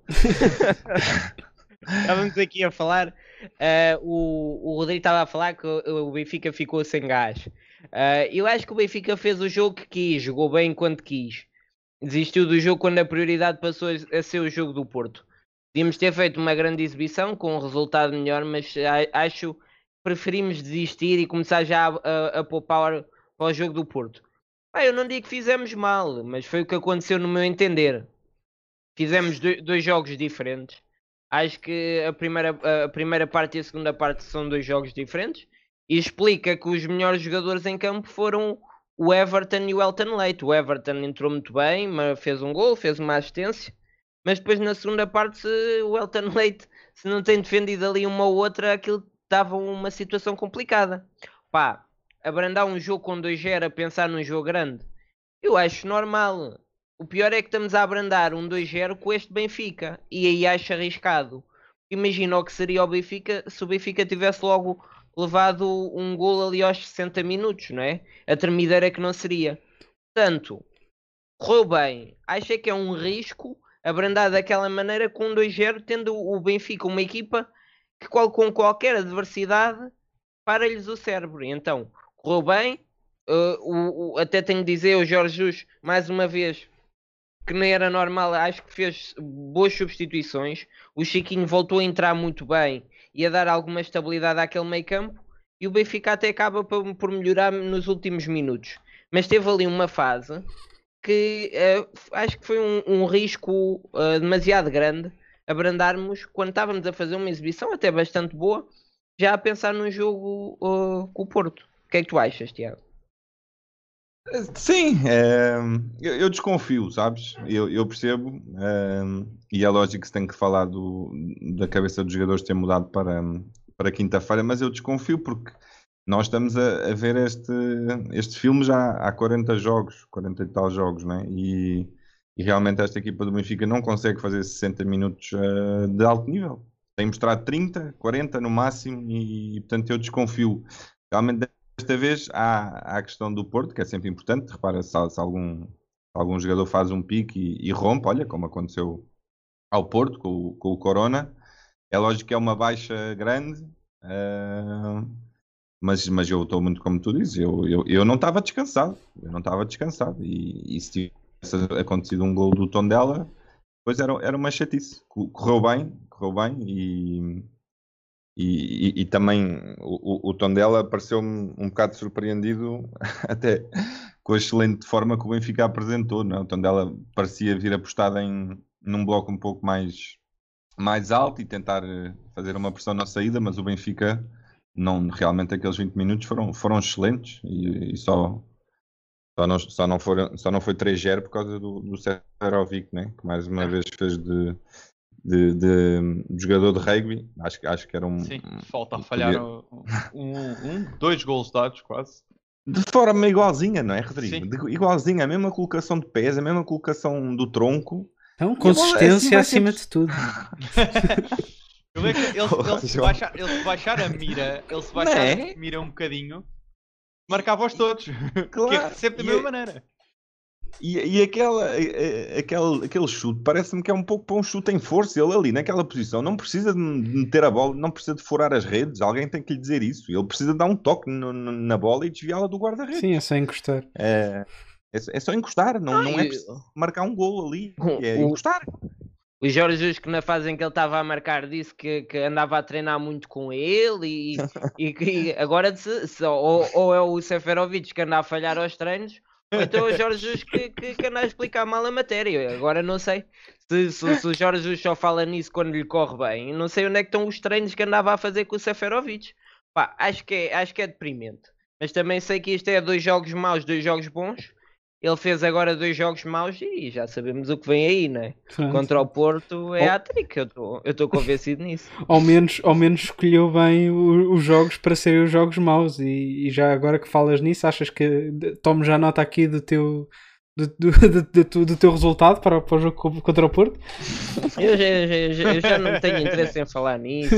Estávamos aqui a falar. Uh, o, o Rodrigo estava a falar que o, o Benfica ficou sem gás. Uh, eu acho que o Benfica fez o jogo que quis, jogou bem enquanto quis. Desistiu do jogo quando a prioridade passou a, a ser o jogo do Porto. Podíamos ter feito uma grande exibição com um resultado melhor, mas a, acho que preferimos desistir e começar já a, a, a poupar para o jogo do Porto. Ah, eu não digo que fizemos mal, mas foi o que aconteceu no meu entender. Fizemos do, dois jogos diferentes. Acho que a primeira, a primeira parte e a segunda parte são dois jogos diferentes. E explica que os melhores jogadores em campo foram o Everton e o Elton Leite. O Everton entrou muito bem, fez um gol, fez uma assistência. Mas depois na segunda parte, se o Elton Leite se não tem defendido ali uma ou outra, aquilo estava uma situação complicada. Pá, abrandar um jogo com dois zero a pensar num jogo grande, eu acho normal. O pior é que estamos a abrandar um dois zero com este Benfica. E aí acho arriscado. Imagina o que seria o Benfica se o Benfica tivesse logo levado um gol ali aos sessenta minutos, não é? A tremideira que não seria. Portanto, correu bem. Acho que é um risco abrandar daquela maneira com um dois zero, tendo o Benfica uma equipa que com qualquer adversidade para-lhes o cérebro. Então, correu bem. Uh, o, o, até tenho de dizer, o Jorge Jesus, mais uma vez, que não era normal, acho que fez boas substituições. O Chiquinho voltou a entrar muito bem e a dar alguma estabilidade àquele meio campo, e o Benfica até acaba por, por melhorar nos últimos minutos. Mas teve ali uma fase que uh, acho que foi um, um risco uh, demasiado grande abrandarmos quando estávamos a fazer uma exibição até bastante boa, já a pensar num jogo uh, com o Porto. O que é que tu achas, Tiago? Sim, é, eu, eu desconfio, sabes? Eu, eu percebo, é, e é lógico que se tem que falar do, da cabeça dos jogadores ter mudado para, para quinta-feira, mas eu desconfio porque nós estamos a, a ver este, este filme já há quarenta jogos, quarenta e tal jogos, não é? E, e realmente esta equipa do Benfica não consegue fazer sessenta minutos uh, de alto nível. Tem mostrado trinta, quarenta no máximo e, portanto, eu desconfio. Realmente, desta vez, há, há a questão do Porto, que é sempre importante. Repara, se, se, algum, se algum jogador faz um pique e, e rompe, olha, como aconteceu ao Porto, com, o- com o Corona, é lógico que é uma baixa grande, uh, mas, mas eu estou muito como tu dizes, eu, eu, eu não estava descansado, eu não estava descansado, e, e se tivesse acontecido um gol do Tondela, pois era, era uma chatice. Co- Correu bem, correu bem, e, e, e- e também o, o, o Tondela pareceu-me um bocado surpreendido, até com a excelente forma que o Benfica apresentou, não é? O Tondela parecia vir apostado em, num bloco um pouco mais, mais alto e tentar eh, fazer uma pressão na saída, mas o Benfica, não, realmente aqueles vinte minutos foram, foram excelentes, e, e só, só, não, só, não foram, só não foi três zero por causa do, do Seferovic, né? Que mais uma vez fez de, de, de- de jogador de rugby. Acho, que- acho que era um. Sim, falta a falhar podia- um, um, um, dois gols dados quase. De forma igualzinha, não é, Rodrigo? Sim. De- igualzinha, a mesma colocação de pés, a mesma colocação do tronco. Então, E a bola assim consistência vai acima sempre- de tudo. Eu vejo que ele, Porra, ele, se João. baixar, ele se baixar a mira, ele se baixar Não é? a mira um bocadinho, marcava-os todos. Claro. Que é sempre da E mesma é- maneira. E, e aquela, a- a- aquele, aquele chute, parece-me que é um pouco para um chute em força. Ele ali, naquela posição, não precisa de meter a bola, não precisa de furar as redes. Alguém tem que lhe dizer isso. Ele precisa dar um toque no- no- na bola e desviá-la do guarda-redes. Sim, é só encostar. É, é, só- é só encostar, não, Ah, não é e- preciso marcar um gol ali. O- É o- encostar. O Jorge Jesus, que na fase em que ele estava a marcar, disse que, que andava a treinar muito com ele e, e que agora se, se- ou, ou é o Seferovic que anda a falhar aos treinos, ou então é o Jorge Jesus que, que, que anda a explicar mal a matéria. Agora não sei se, se, se o Jorge Jesus só fala nisso quando lhe corre bem. Não sei onde é que estão os treinos que andava a fazer com o Seferovic. Pá, acho que é, acho que é deprimente. Mas também sei que isto é dois jogos maus, dois jogos bons. Ele fez agora dois jogos maus e já sabemos o que vem aí, né? Pronto. Contra o Porto é Oh. hat-trick, eu estou eu estou convencido nisso. Ao menos, ao menos escolheu bem o- os jogos para serem os jogos maus. E, e já agora que falas nisso, achas que de- tomo já nota aqui do teu, do, do, do, do, do- do teu resultado para, para o jogo co- contra o Porto? Eu já, eu já- eu já não tenho interesse em falar nisso.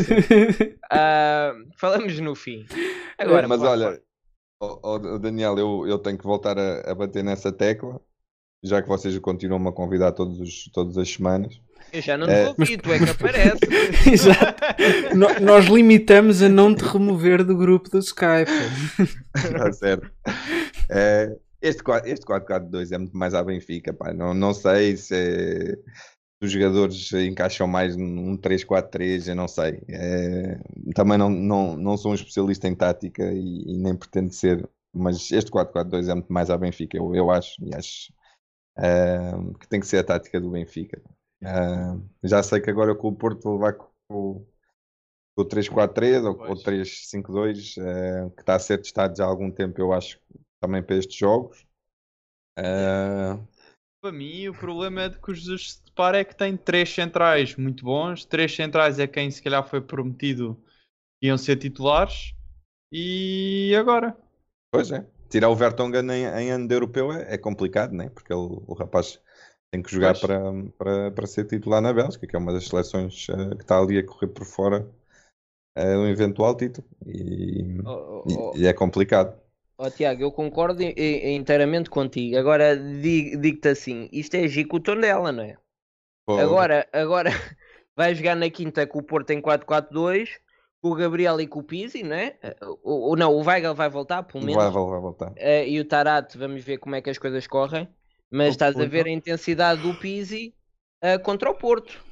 Ah, falamos no fim. Agora, Mas pá, olha, ó- ó, Daniel, eu, eu tenho que voltar a, a bater nessa tecla, já que vocês continuam-me a convidar todos os, todas as semanas. eu já não É, te ouvi, tu é que aparece. Exato. No- nós limitamos a não te remover do grupo do Skype. Está certo. É, este quatro este quatro quatro dois é muito mais à Benfica, pá. Não, não sei se, é- se os jogadores encaixam mais num três quatro três, eu não sei. É, também não, não, não sou um especialista em tática e, e nem pretendo ser, mas este quatro quatro dois é muito mais à Benfica, eu, eu acho, e acho é, que tem que ser a tática do Benfica. É, já sei que agora com o Porto vou levar com o, com o três quatro três ou com o Pois. três cinco dois, é, que está a ser testado já há algum tempo, eu acho, também para estes jogos. É, Para mim, o problema é de que o Jesus se depara é que tem três centrais muito bons. Três centrais é quem se calhar foi prometido que iam ser titulares. E agora? Pois é. Tirar o Vertonghen em, em ano de europeu é, é complicado, né? Porque ele, o rapaz tem que jogar Pois. para, para, para ser titular na Bélgica, que é uma das seleções eh, que está ali a correr por fora eh, um eventual título. E, Oh, e- oh, e é complicado. oh, Tiago, eu concordo i- i- inteiramente contigo. Agora di- digo-te assim: isto é Gico Tondela, não é? Pô, Agora, agora vai jogar na quinta com o Porto em quatro quatro dois, com o Gabriel e com o Pizzi, não é? O, o- não, o Weigl vai voltar, pelo menos. vai, vai, vai voltar. Eh, e o Tarate, vamos ver como é que as coisas correm. Mas O estás a Porto. ver a intensidade do Pizzi eh, contra o Porto.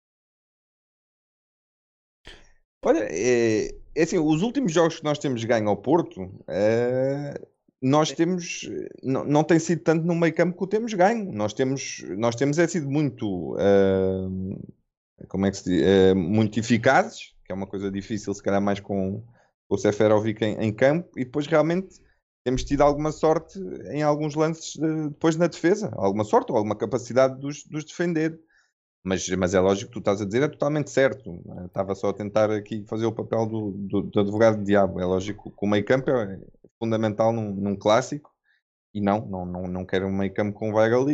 Olha, é, é assim, os últimos jogos que nós temos ganho ao Porto, eh, nós temos, não, não tem sido tanto no meio campo que o temos ganho. Nós temos, nós temos é sido muito, eh, como é que se diz, Eh, muito eficazes, que é uma coisa difícil, se calhar mais com, com o Seferovic em, em campo, e depois realmente temos tido alguma sorte em alguns lances de- depois na defesa, alguma sorte ou alguma capacidade dos, dos defender. Mas, mas é lógico que tu estás a dizer, é totalmente certo. Eu estava só a tentar aqui fazer o papel do, do, do advogado de diabo. É lógico que o meio campo é fundamental num, num clássico, e não, não, não, não quero um meio campo com o Weigl e,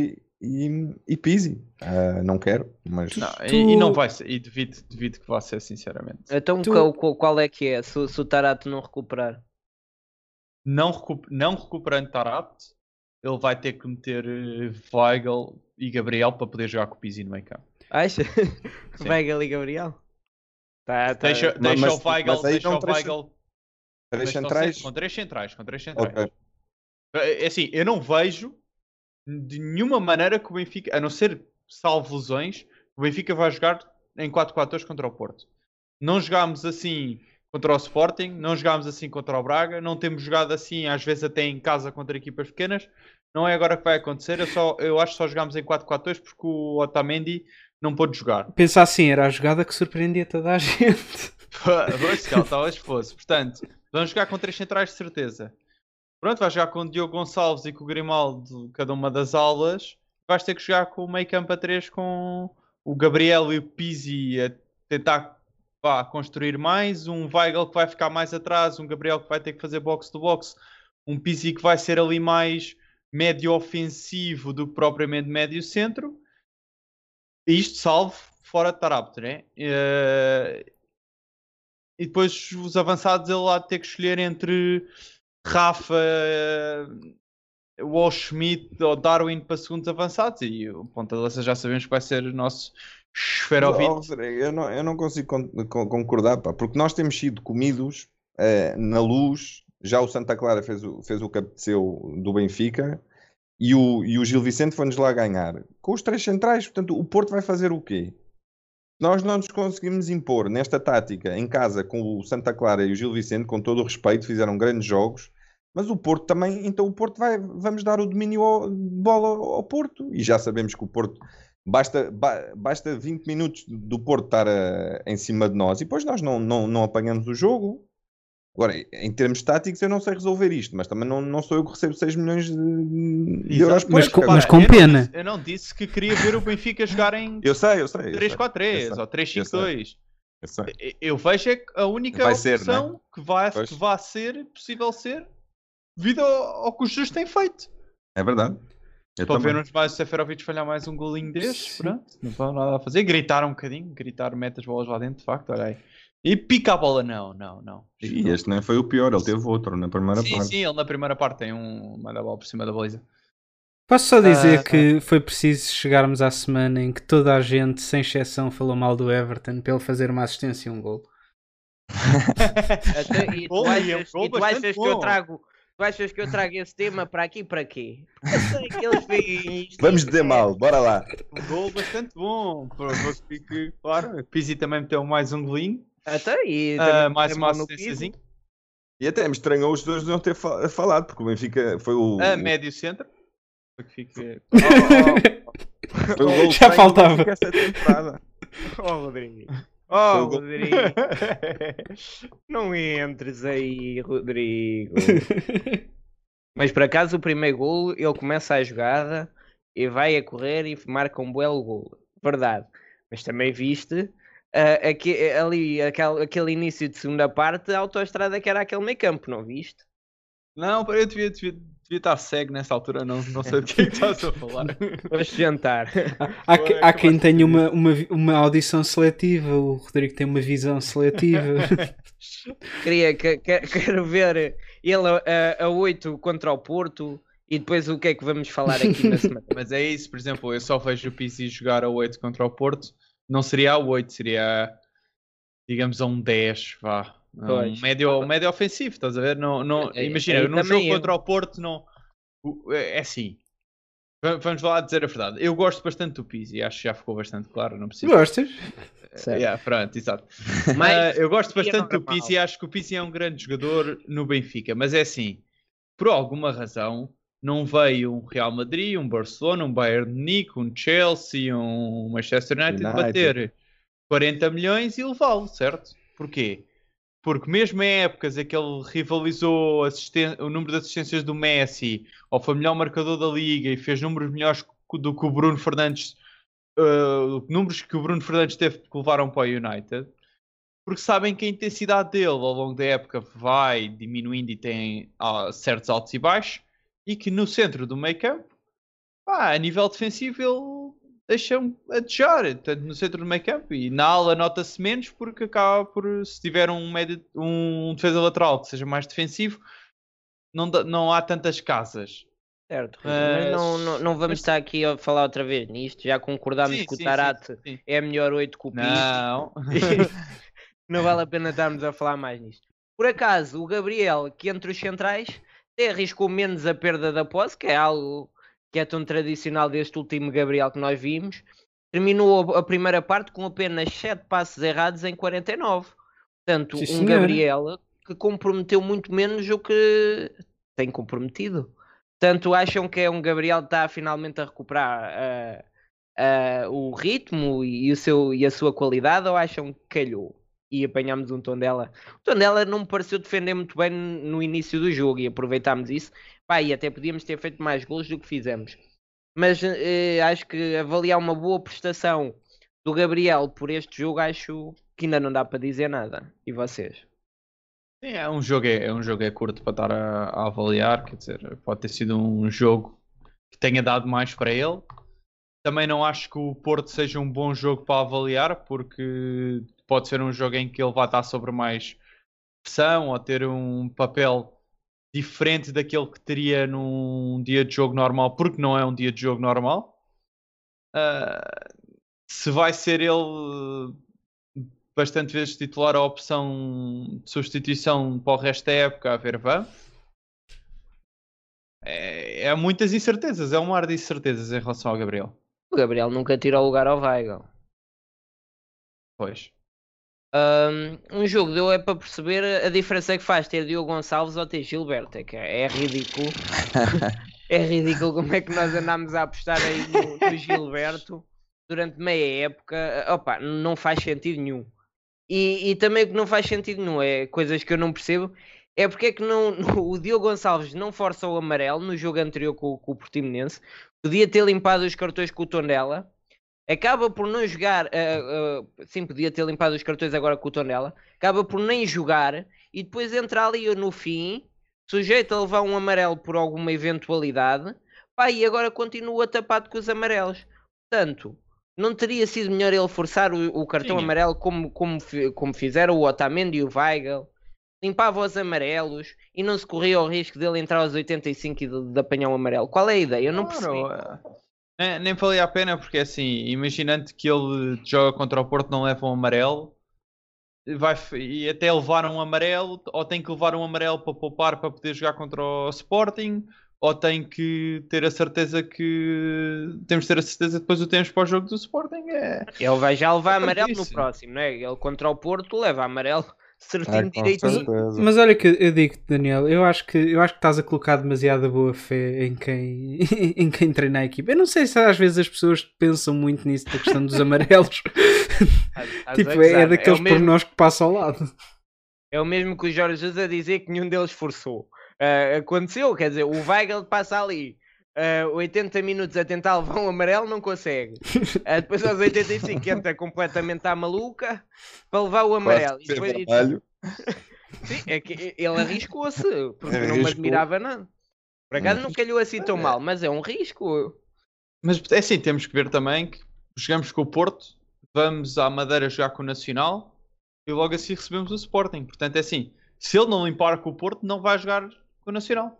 e, e Pizzi. Uh, não quero, mas... Não, Tu- e, e não vai ser, e devido, devido que vá ser, sinceramente. Então Tu- qual, qual- qual é que é? Se, se o Tarato não recuperar. Não, recu não recuperando Tarat, ele vai ter que meter eh, Weigl e Gabriel para poder jogar com o Pizzi no meio campo. Acha? Weigl e Gabriel? Tá, tá. Deixa, Mas- deixa mas- o Weigl, mas aí deixa não o três- Weigl... Três mas estão centrais? sempre- Com três centrais, com três centrais. Ok. É assim, eu não vejo de nenhuma maneira que o Benfica, a não ser salvo lesões, o Benfica vai jogar em quatro quatro dois contra o Porto. Não jogámos assim contra o Sporting, não jogámos assim contra o Braga, não temos jogado assim, às vezes até em casa contra equipas pequenas. Não é agora que vai acontecer, eu, só, eu acho que só jogámos em quatro quatro dois porque o Otamendi não pôde jogar. Pensa assim, era a jogada que surpreendia toda a gente. Pois, que talvez fosse. Portanto, vamos jogar com três centrais de certeza. Pronto, vais jogar com o Diogo Gonçalves e com o Grimaldo, cada uma das aulas. Vais ter que jogar com o meio campo a três com o Gabriel e o Pizzi a tentar vá, construir mais. Um Weigl que vai ficar mais atrás. Um Gabriel que vai ter que fazer box to box. Um Pizzi que vai ser ali mais médio ofensivo do que propriamente médio centro. E isto salvo fora de Tarapte, né? Uh... E depois os avançados ele lá ter que escolher entre Rafa, Wall Schmidt ou Darwin para segundos avançados. E o ponta de lança já sabemos que vai ser o nosso Seferovic. Oh, Rodrigo, eu, não, eu não consigo con con concordar, pá, porque nós temos sido comidos uh, na luz. Já o Santa Clara fez o, fez o que apeteceu do Benfica e o, e o Gil Vicente foi-nos lá ganhar. Com os três centrais, portanto, o Porto vai fazer o quê? Nós não nos conseguimos impor nesta tática em casa com o Santa Clara e o Gil Vicente, com todo o respeito, fizeram grandes jogos, mas o Porto também, então o Porto vai, vamos dar o domínio ao, de bola ao Porto, e já sabemos que o Porto, basta, ba, basta vinte minutos do Porto estar a, em cima de nós, e depois nós não, não, não apanhamos o jogo. Agora, em termos táticos, eu não sei resolver isto, mas também não, não sou eu que recebo seis milhões de, de euros por Mas este, com- cara. mas com eu pena. Não disse, eu não disse que queria ver o Benfica jogar em Eu sei, eu sei. eu três sei, quatro três eu sei, ou três eu cinco dois. eu sei. Eu- Eu vejo é que a única Vai ser, opção né? que, vai, Pois. que vai ser possível ser devido ao, ao que os justos têm feito. É verdade. Eu Para também. vermos mais o Seferovic falhar mais um golinho destes, Sim. pronto, não vão nada a fazer. Gritar um bocadinho, gritar, mete as bolas lá dentro, de facto, olha aí. E pica a bola, não, não, não. E este nem foi o pior, ele teve outro na primeira Sim, parte. sim, ele na primeira parte tem um. Manda a bola por cima da baliza. Posso só dizer Ah, que foi preciso chegarmos à semana em que toda a gente, sem exceção, falou mal do Everton para ele fazer uma assistência e um gol. Até- e tu Gol, e é um achas, gol e tu bastante achas que bom. eu trago. Tu achas que eu trago esse tema para aqui para quê? Porque eu sei que eles veem isto. Vamos dizer mal, bora lá. Um gol bastante bom. Para para que fique claro. O Pizzi também meteu mais um golinho. Até e Ah, também mais tem uma mal no assistênciazinha. E até me estranhou os dois não ter fa- falado, porque o Benfica foi o. A médio centro. Para que fique. Foi o gol Já estranho do faltava. Benfica esta temporada. Oh, Rodrigo. Foi Oh, o gol. Rodrigo. Não entres aí, Rodrigo. Mas por acaso o primeiro gol, ele começa a jogada e vai a correr e marca um belo gol. Verdade. Mas também viste ah, aque- ali aquele, aquele início de segunda parte, a autoestrada que era aquele meio campo, não viste? Não, eu devia, devia, devia estar cego nessa altura, não, não sei do que é que estás a falar. Foste jantar. Há, que- há quem tenha uma, uma, vi- uma audição seletiva, o Rodrigo tem uma visão seletiva. Queria, que- que- quero ver ele a, a oito contra o Porto e depois o que é que vamos falar aqui na semana. Mas é isso, por exemplo, eu só vejo o Pizzi jogar a oito contra o Porto. Não seria a oito, seria, digamos, a um dez, vá. Um Pois. médio, um médio ofensivo, estás a ver? Não, não, É, imagina, aí num também jogo eu. contra o Porto, não, o- é é assim. Va- Vamos lá dizer a verdade. Eu gosto bastante do Pizzi, acho que já ficou bastante claro, não preciso. Gostas? Certo. Yeah, pronto, exato. Mas Ah, eu gosto seria bastante do normal. Pizzi e acho que o Pizzi é um grande jogador no Benfica, mas é assim, por alguma razão, não veio um Real Madrid, um Barcelona, um Bayern de Munique, um Chelsea, um Manchester United, United. bater quarenta milhões e levá-lo, certo? Porquê? Porque mesmo em épocas em que ele rivalizou assisten- o número de assistências do Messi, ou foi o melhor marcador da Liga e fez números melhores co- do que o Bruno Fernandes, uh, números que o Bruno Fernandes teve que levaram para o United, porque sabem que a intensidade dele ao longo da época vai diminuindo e tem ah, certos altos e baixos, e que no centro do meio campo pá, a nível defensivo ele deixa-me a desejar, tanto no centro do meio campo, e na ala nota-se menos porque acaba por, se tiver um, médio, um defesa lateral que seja mais defensivo, não, dá- não há tantas casas. Certo, Rita, mas não, não, não vamos mas- estar aqui a falar outra vez nisto. Já concordámos Sim, que o sim, Tarate sim, sim. é a melhor oito que o Pinto. Não. Não vale a pena estarmos a falar mais nisto. Por acaso, o Gabriel, que entre os centrais, até arriscou menos a perda da posse, que é algo que é tão tradicional deste último Gabriel que nós vimos. Terminou a a primeira parte com apenas sete passes errados em quarenta e nove. Portanto, Sim, um senhora. Gabriel que comprometeu muito menos do que tem comprometido. Portanto, acham que é um Gabriel que está finalmente a recuperar ah, ah, o ritmo e, o seu, e a sua qualidade, ou acham que calhou? E apanhámos um Tondela. O Tondela não me pareceu defender muito bem no início do jogo e aproveitámos isso. Pá, e até podíamos ter feito mais golos do que fizemos. Mas eh, acho que avaliar uma boa prestação do Gabriel por este jogo, acho que ainda não dá para dizer nada. E vocês? Sim, é um jogo é, é um jogo é curto para estar a, a avaliar, quer dizer, pode ter sido um jogo que tenha dado mais para ele. Também não acho que o Porto seja um bom jogo para avaliar, porque pode ser um jogo em que ele vai estar sobre mais pressão ou ter um papel diferente daquele que teria num dia de jogo normal, porque não é um dia de jogo normal. Ah, se vai ser ele bastante vezes titular a opção de substituição para o resto da época, a ver, vamos. É, é muitas incertezas, é um mar de incertezas em relação ao Gabriel. O Gabriel nunca tira o lugar ao Weigl. Pois. Um, um jogo deu é para perceber a diferença que faz ter Diogo Gonçalves ou ter Gilberto. É, que é, é ridículo. É ridículo como é que nós andámos a apostar aí no, no Gilberto durante meia época. Opa, não faz sentido nenhum. E, e também o que não faz sentido nenhum é coisas que eu não percebo. É porque é que não, no- o Diogo Gonçalves não força o amarelo no jogo anterior com, com o Portimonense. Podia ter limpado os cartões com o Tondela. Acaba por não jogar. Uh, uh, sim, podia ter limpado os cartões agora com o Tondela. Acaba por nem jogar e depois entra ali no fim, sujeito a levar um amarelo por alguma eventualidade. Pá, e agora continua tapado com os amarelos. Portanto, não teria sido melhor ele forçar o, o cartão Tinha. amarelo como, como, fi- como fizeram o Otamendi e o Weigl? Limpava os amarelos e não se corria o risco dele entrar aos oitenta e cinco e de, de apanhar um amarelo. Qual é a ideia? Eu não percebi. Claro, é. nem, nem valia a pena, porque assim, imaginando que ele joga contra o Porto, não leva um amarelo, vai, f- e até levar um amarelo, ou tem que levar um amarelo para poupar para poder jogar contra o Sporting, ou tem que ter a certeza que temos de ter a certeza que depois o temos para o jogo do Sporting. É, Ele vai já levar É amarelo no perdice. próximo, não é? Ele contra o Porto leva amarelo certinho, É, com direitinho. certeza. Mas olha que eu digo-te, Daniel, eu acho que eu acho que estás a colocar demasiada boa fé em quem, em quem treina a equipa. Eu não sei se às vezes as pessoas pensam muito nisso da questão dos amarelos. Estás- estás a Tipo, é, gozar, é daqueles o mesmo, pormenores que passam ao lado. é o mesmo que o Jorge Jesus a dizer que nenhum deles forçou. Ah, aconteceu, quer dizer, o Weigl passa ali ah, oitenta minutos a tentar levar um amarelo, não consegue. Ah, depois aos oitenta e cinco entra completamente à maluca para levar o amarelo. E Quase depois- que vermelho. Sim, é que ele arriscou-se, porque não me Arriscou. admirava nada. Por acaso Hum. não calhou assim tão mal, mas é um risco. Mas é assim, temos que ver também que jogamos com o Porto, vamos à Madeira jogar com o Nacional e logo assim recebemos o Sporting. Portanto, é assim, se ele não limpar com o Porto, não vai jogar com o Nacional.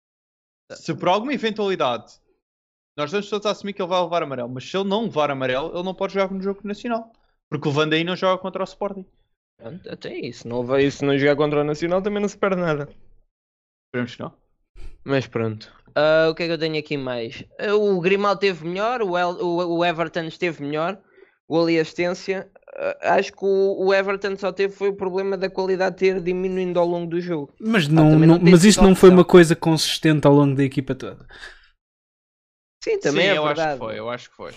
Se por alguma eventualidade, nós estamos todos a assumir que ele vai levar amarelo, mas se ele não levar amarelo, ele não pode jogar no jogo com o Nacional. Porque o Vandaí não joga contra o Sporting. Pronto, até isso. Não vai, se não jogar contra o Nacional também não se perde nada. Esperemos que não. Mas pronto. Ah, o que é que eu tenho aqui mais? Ah, o Grimaldo teve melhor, o, El- o- o Everton esteve melhor, o ali assistência. Ah, acho que o, o Everton só teve foi o problema da qualidade ter diminuindo ao longo do jogo. Mas, Ah, não, também não- não tem mas sido isso não foi opção. uma coisa consistente ao longo da equipa toda. Sim, também Sim, é eu verdade. acho que foi, eu acho que foi.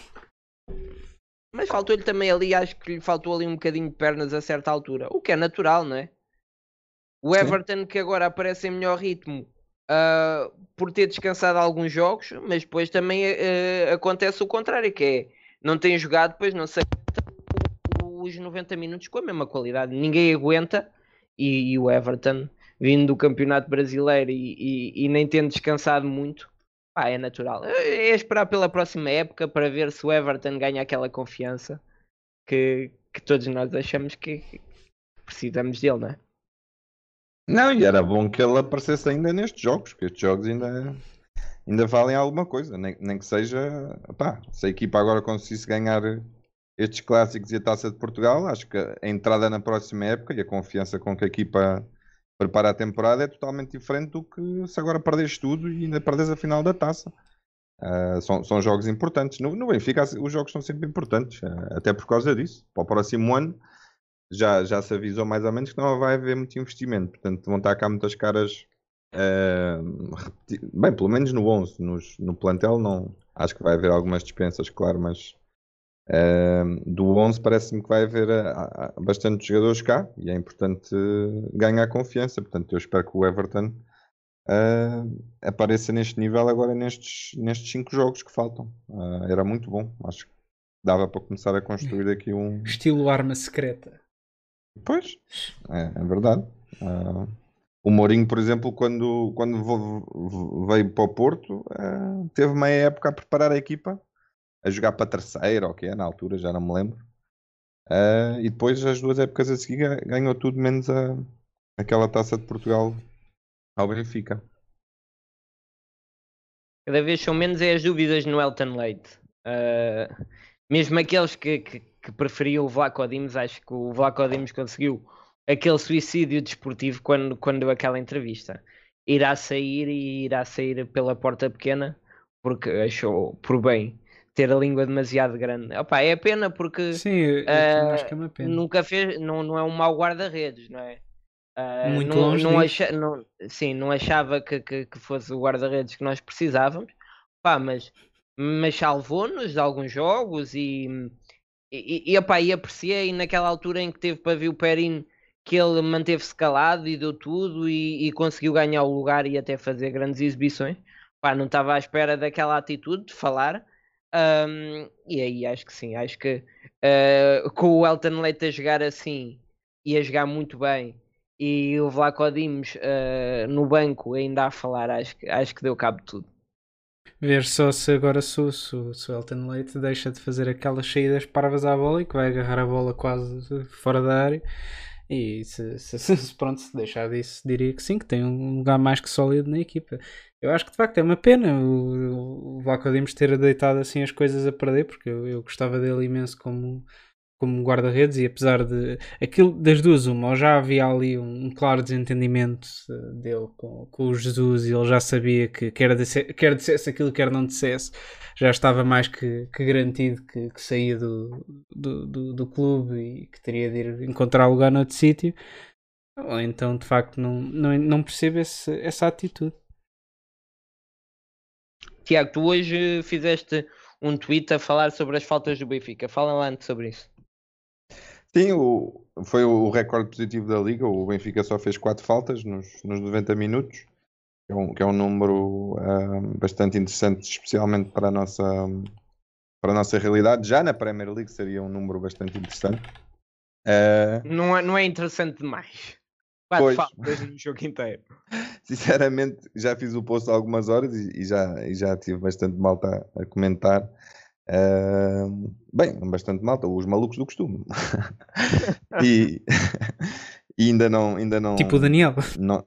Mas faltou-lhe também ali, acho que lhe faltou ali um bocadinho de pernas a certa altura. O que é natural, não é? O Sim. Everton que agora aparece em melhor ritmo ah, por ter descansado alguns jogos, mas depois também ah, acontece o contrário, que é não tem jogado, depois não se aguenta os noventa minutos com a mesma qualidade. Ninguém aguenta e, e o Everton, vindo do Campeonato Brasileiro e, e- e nem tendo descansado muito, Pá, é natural. É é esperar pela próxima época para ver se o Everton ganha aquela confiança que, que todos nós achamos que que precisamos dele, não é? Não, e era bom que ele aparecesse ainda nestes jogos, porque estes jogos ainda, ainda valem alguma coisa, nem, nem que seja, pá, se a equipa agora conseguisse ganhar estes clássicos e a Taça de Portugal, acho que a entrada na próxima época e a confiança com que a equipa prepara a temporada é totalmente diferente do que se agora perdes tudo e ainda perdes a final da Taça. Uh, são, são jogos importantes. No, no Benfica os jogos são sempre importantes, uh, até por causa disso. Para o próximo ano já, já se avisou mais ou menos que não vai haver muito investimento, portanto vão estar cá muitas caras, uh, repeti- bem, pelo menos no onze, nos, no plantel não, acho que vai haver algumas dispensas, claro, mas uh, do onze parece-me que vai haver uh, uh, bastantes jogadores cá e é importante uh, ganhar confiança, portanto eu espero que o Everton uh, apareça neste nível agora nestes, nestes cinco jogos que faltam. Uh, era muito bom, acho que dava para começar a construir aqui um. Estilo arma secreta. Pois, é, é verdade. Uh, o Mourinho, por exemplo, quando, quando vo- vo- veio para o Porto, uh, teve meia época a preparar a equipa, a jogar para a terceira, ou o que é, na altura, já não me lembro. Uh, e depois, as duas épocas a seguir, ga- ganhou tudo menos a, aquela Taça de Portugal ao Benfica. Cada vez são menos é as dúvidas no Elton Leite. Ah, mesmo aqueles que, que, que preferiam o Vlaco Dimos, acho que o Vlaco Dimos conseguiu aquele suicídio desportivo quando, quando deu aquela entrevista. Irá sair e irá sair pela porta pequena porque achou por bem ter a língua demasiado grande. Opa, é pena porque Sim, eu, eu também acho que é ah, uma pena. nunca fez, não, não é um mau guarda-redes, não é? Ah, Muito não, longe não, disso. acha, não, sim, não achava que, que, que fosse o guarda-redes que nós precisávamos, pá, mas, mas salvou-nos de alguns jogos e, e, e, opá, e apreciei naquela altura em que teve para ver o Perin que ele manteve-se calado e deu tudo e, e conseguiu ganhar o lugar e até fazer grandes exibições. Pá, não estava à espera daquela atitude de falar. Ahm, e aí acho que sim, acho que ah, com o Elton Leite a jogar assim e a jogar muito bem e o Vlaco Dimos ah, no banco ainda a falar, acho que, acho que deu cabo de tudo. Ver só se agora se, o- se, o- se o Elton Leite deixa de fazer aquelas saídas parvas à bola e que vai agarrar a bola quase fora da área. E se, se, se- se- pronto, se deixar disso, diria que sim, que tem um lugar mais que sólido na equipa. Eu acho que de facto é uma pena o, o Vlaco Dimos ter deitado assim as coisas a perder, porque eu, eu gostava dele imenso como, como guarda-redes e apesar de aquilo das duas uma, ou já havia ali um, um claro desentendimento eh, dele com, com o Jesus e ele já sabia que quer, disse, quer dissesse aquilo, quer não dissesse, já estava mais que, que garantido que, que saía do, do, do, do clube e que teria de ir encontrar lugar noutro sítio. Ou então de facto não, não, não percebo esse, essa atitude. Tiago, tu hoje fizeste um tweet a falar sobre as faltas do Benfica. Fala lá antes sobre isso. Sim, o, foi o recorde positivo da Liga. O Benfica só fez quatro faltas nos, nos noventa minutos, que é um, que é um número ah, bastante interessante, especialmente para a nossa, para a nossa realidade. Já na Premier League seria um número bastante interessante. Ah, Não é, não é interessante demais. Quatro Pois. faltas no jogo inteiro. Sinceramente, já fiz o post há algumas horas e, e já, e já tive bastante malta a, a comentar. Ah, bem, bastante malta, os malucos do costume. e, e ainda não, ainda não, Tipo o Daniel. não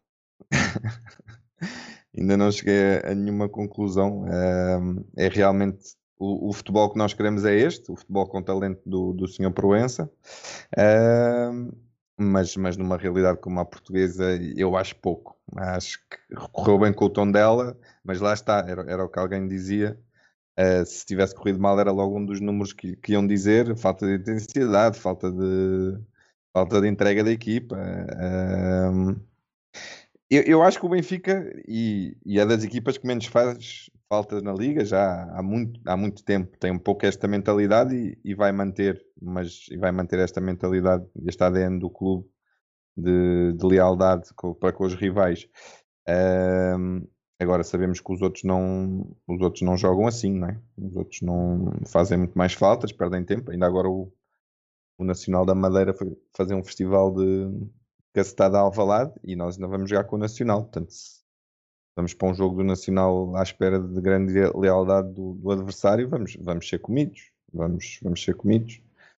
ainda não cheguei a, a nenhuma conclusão. Ah, é realmente o, o futebol que nós queremos é este, o futebol com talento do, do senhor Proença. Ah, mas, mas numa realidade como a portuguesa, eu acho pouco. Acho que correu bem com o tom dela, mas lá está, era, era o que alguém dizia. Uh, se tivesse corrido mal, era logo um dos números que, que iam dizer: falta de intensidade, falta de, falta de entrega da equipa. Uh, eu, eu acho que o Benfica, e, e é das equipas que menos faz falta na Liga, já há muito, há muito tempo, tem um pouco esta mentalidade e, e vai manter, mas e vai manter esta mentalidade, este A D N do clube de, de lealdade com, para com os rivais. Um, agora sabemos que os outros não os outros não jogam assim, não é? Os outros não fazem muito mais faltas, perdem tempo. Ainda agora o, o Nacional da Madeira foi fazer um festival de cacetada a Alvalade e nós ainda vamos jogar com o Nacional, portanto se, vamos para um jogo do Nacional à espera de grande lealdade do, do adversário, vamos, vamos ser comidos, vamos, vamos ser comidos.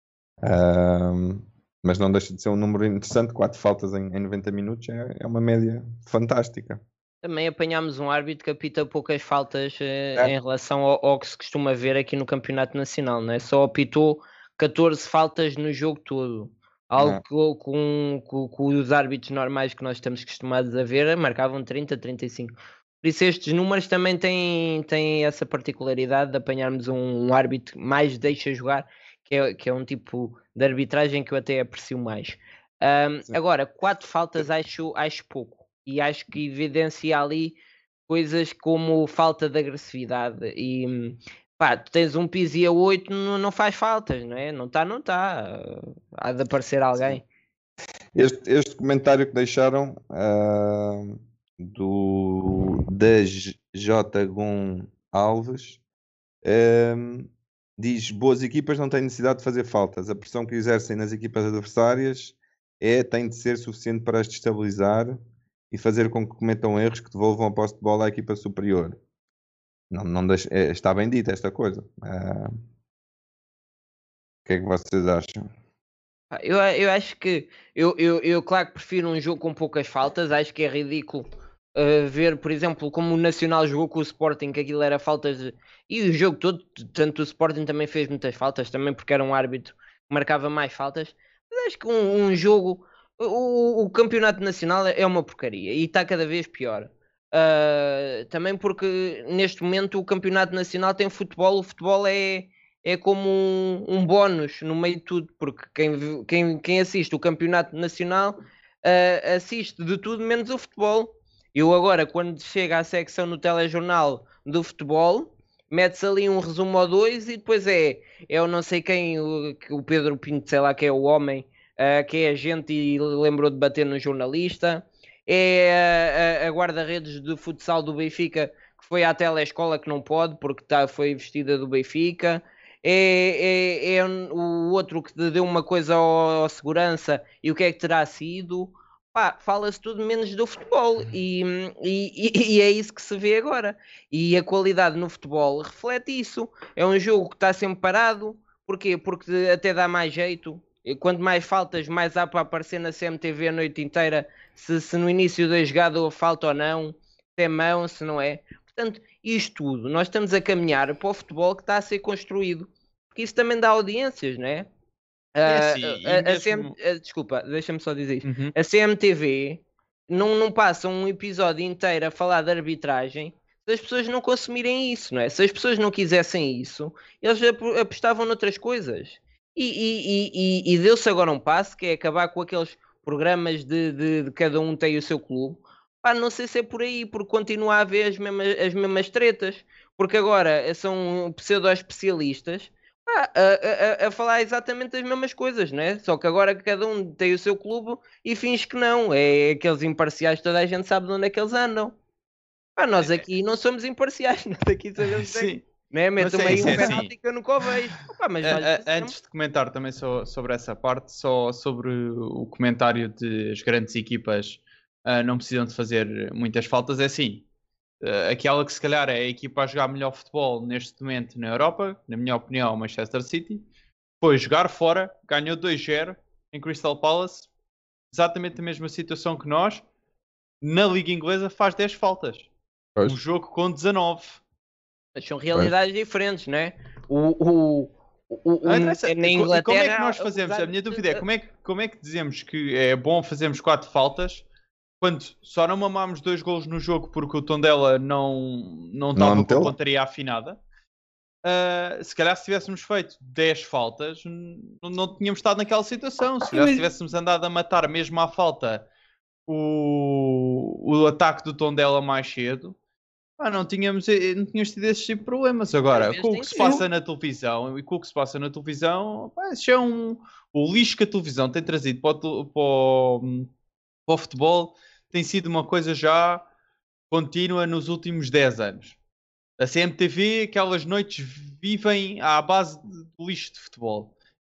Um, mas não deixa de ser um número interessante, quatro faltas em, em noventa minutos é, é uma média fantástica. Também apanhámos um árbitro que apita poucas faltas eh, É. em relação ao, ao que se costuma ver aqui no Campeonato Nacional, né? Só apitou catorze faltas no jogo todo. Algo É. que, com, com, com os árbitros normais que nós estamos acostumados a ver marcavam trinta, trinta e cinco. Por isso estes números também têm, têm essa particularidade de apanharmos um, um árbitro que mais deixa jogar, que é, que é um tipo de arbitragem que eu até aprecio mais. Um, Sim. agora, quatro faltas acho, acho pouco. E acho que evidencia ali coisas como falta de agressividade. E pá, tu tens um Pizzi a oito, não, não faz faltas, não é? Não está, não está. Há de aparecer alguém. Este, este comentário que deixaram uh, do da J. Gon Alves um, diz: boas equipas não têm necessidade de fazer faltas. A pressão que exercem nas equipas adversárias é, tem de ser suficiente para as destabilizar e fazer com que cometam erros que devolvam a posse de bola à equipa superior. Não, não deixa, é, está bem dita esta coisa. Uh, o que é que vocês acham? Eu, eu acho que eu, eu, eu, claro que prefiro um jogo com poucas faltas. Acho que é ridículo uh, ver, por exemplo, como o Nacional jogou com o Sporting, que aquilo era faltas de... e o jogo todo, tanto o Sporting também fez muitas faltas, também porque era um árbitro que marcava mais faltas. Mas acho que um, um jogo, o, o campeonato nacional é uma porcaria e está cada vez pior. Uh, também porque neste momento o campeonato nacional tem futebol, o futebol é é como um, um bónus no meio de tudo, porque quem, quem, quem assiste o campeonato nacional uh, assiste de tudo menos o futebol. Eu agora, quando chega à secção no telejornal do futebol, mete-se ali um resumo ou dois e depois é, é o não sei quem, o, o Pedro Pinto, sei lá, que é o homem, uh, que é agente e lembrou de bater no jornalista, é a, a, a guarda-redes de futsal do Benfica, que foi à telescola que não pode, porque tá, foi vestida do Benfica. É, é, é o outro que deu uma coisa ao, ao segurança e o que é que terá sido. Pá, fala-se tudo menos do futebol e, e, e é isso que se vê agora. E a qualidade no futebol reflete isso. É um jogo que está sempre parado. Porquê? Porque até dá mais jeito. E quanto mais faltas, mais há para aparecer na C M T V a noite inteira se, se no início da jogada houve falta ou não, se é mão, se não é. Portanto, isto tudo, nós estamos a caminhar para o futebol que está a ser construído. Porque isso também dá audiências, não é? É Uh, assim, e a, a mesmo- C M uh, desculpa, deixa-me só dizer isto. Uhum. A C M T V não, não passa um episódio inteiro a falar de arbitragem se as pessoas não consumirem isso, não é? Se as pessoas não quisessem isso, eles ap- apostavam noutras coisas. E, e, e, e- e deu-se agora um passo, que é acabar com aqueles programas de, de, de cada um tem o seu clube. Pá, não sei se é por aí, porque continua a haver as mesmas, as mesmas tretas. Porque agora são pseudo-especialistas ah, a, a, a falar exatamente as mesmas coisas, não é? Só que agora cada um tem o seu clube e finge que não. É aqueles imparciais, toda a gente sabe de onde é que eles andam. Pá, nós aqui não somos imparciais, nós aqui sabemos bem. Sim. Não é? Mas Metam é aí isso, um é assim. penalti que eu nunca o vejo. Pá, mas A- nós a- dizemos. antes de comentar também so- sobre essa parte, só sobre o comentário de as grandes equipas ah, não precisam de fazer muitas faltas, é assim. ah, aquela que se calhar é a equipa a jogar melhor futebol neste momento na Europa, na minha opinião, o Manchester City, foi jogar fora, ganhou dois zero em Crystal Palace, exatamente a mesma situação que nós, na Liga Inglesa faz dez faltas. Pois. Um jogo com dezanove. Mas são realidades diferentes, não é? O, o, o, o, Não interessa. na E co- Inglaterra. e como é que nós os fazemos? A minha árbitros- dúvida é como é, que, como é que dizemos que é bom fazermos quatro faltas quando só não mamámos dois golos no jogo porque o Tondela não não estava com a meteu? pontaria afinada. Ah, se calhar se tivéssemos feito dez faltas n- não tínhamos estado naquela situação. Se calhar se tivéssemos andado a matar mesmo à falta o, o ataque do Tondela mais cedo, ah, não tínhamos, eh, não tínhamos tido esse tipo de problemas. Agora, Às vezes com o tem que se que- passa na televisão e com o que se passa na televisão, pá, isso é um, o lixo que a televisão tem trazido para o, te- para o- para o futebol tem sido uma coisa já contínua nos últimos dez anos. A C M T V, aquelas noites vivem à base de- do lixo de futebol.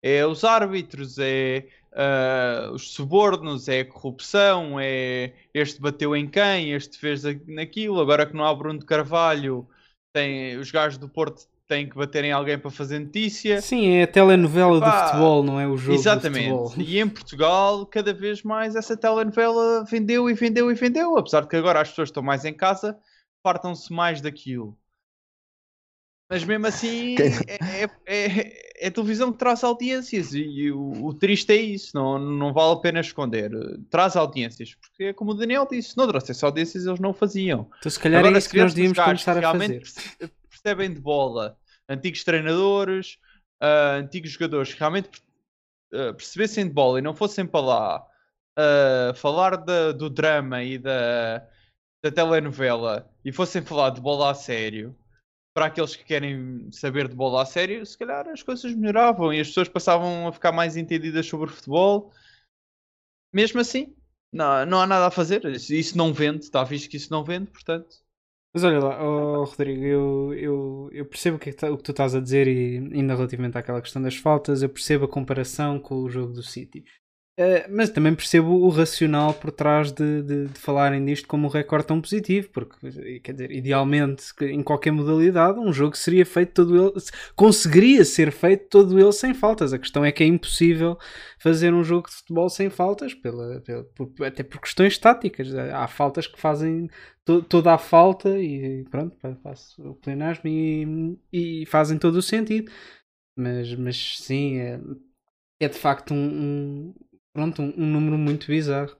É os árbitros, é uh, os subornos, é a corrupção, é este bateu em quem, este fez naquilo. Agora que não há Bruno de Carvalho, tem, os gajos do Porto têm que bater em alguém para fazer notícia. Sim, é a telenovela Epá, do futebol, não é o jogo exatamente. do futebol. E em Portugal, cada vez mais essa telenovela vendeu e vendeu e vendeu. Apesar de que agora as pessoas estão mais em casa, fartam-se mais daquilo. Mas mesmo assim, é, é, é, é a televisão que traz audiências e, e o, o triste é isso, não, não vale a pena esconder. Traz audiências, porque é como o Daniel disse, se não trouxesse audiências eles não o faziam. Então se calhar Agora, é isso que nós devíamos começar a fazer. Realmente percebem de bola, antigos treinadores, uh, antigos jogadores que realmente uh, percebessem de bola e não fossem para lá uh, falar de, do drama e da, da telenovela e fossem falar de bola a sério, para aqueles que querem saber de bola a sério, se calhar as coisas melhoravam e as pessoas passavam a ficar mais entendidas sobre futebol. Mesmo assim, não, não há nada a fazer. Isso não vende, está visto que isso não vende, portanto. Mas olha lá, oh, Rodrigo, eu, eu, eu percebo o que, é que, tá, o que tu estás a dizer e ainda relativamente àquela questão das faltas, eu percebo a comparação com o jogo do City. Uh, mas também percebo o racional por trás de, de, de falarem disto como um recorde tão positivo, porque, quer dizer, idealmente, em qualquer modalidade, um jogo seria feito todo ele, conseguiria ser feito todo ele sem faltas. A questão é que é impossível fazer um jogo de futebol sem faltas, pela, pela, por, até por questões táticas. Há faltas que fazem to, toda a falta e pronto, faço o pleonasmo e, e fazem todo o sentido. Mas, mas sim, é, é de facto um, um Pronto, um, um número muito bizarro.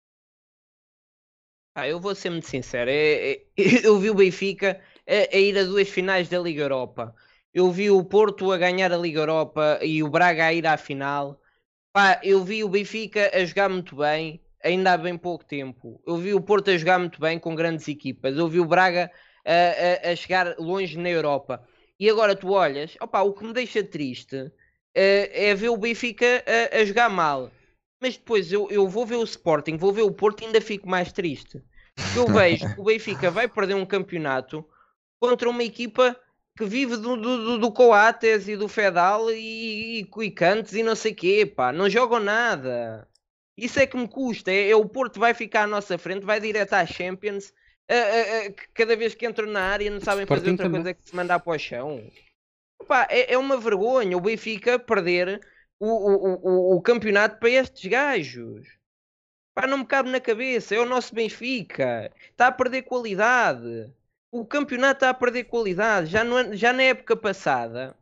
Ah, eu vou ser muito sincero. É, é, eu vi o Benfica a, a ir a duas finais da Liga Europa. Eu vi o Porto a ganhar a Liga Europa e o Braga a ir à final. Pá, eu vi o Benfica a jogar muito bem, ainda há bem pouco tempo. Eu vi o Porto a jogar muito bem com grandes equipas. Eu vi o Braga a, a, a chegar longe na Europa. E agora tu olhas, opa, o que me deixa triste é, é ver o Benfica a, a jogar mal. Mas depois eu, eu vou ver o Sporting, vou ver o Porto e ainda fico mais triste. Eu vejo que o Benfica vai perder um campeonato contra uma equipa que vive do, do, do Coates e do Fedal e, e, e Cantes e não sei o quê, pá. Não jogam nada. Isso é que me custa. É, é o Porto vai ficar à nossa frente, vai direto à Champions. A, a, a, cada vez que entram na área não sabem fazer outra coisa que se mandar para o chão. Pá, é, é uma vergonha o Benfica perder O, o, o, o campeonato para estes gajos. Pá, não me cabe na cabeça. É o nosso Benfica. Está a perder qualidade. O campeonato está a perder qualidade. Já, no, já na época passada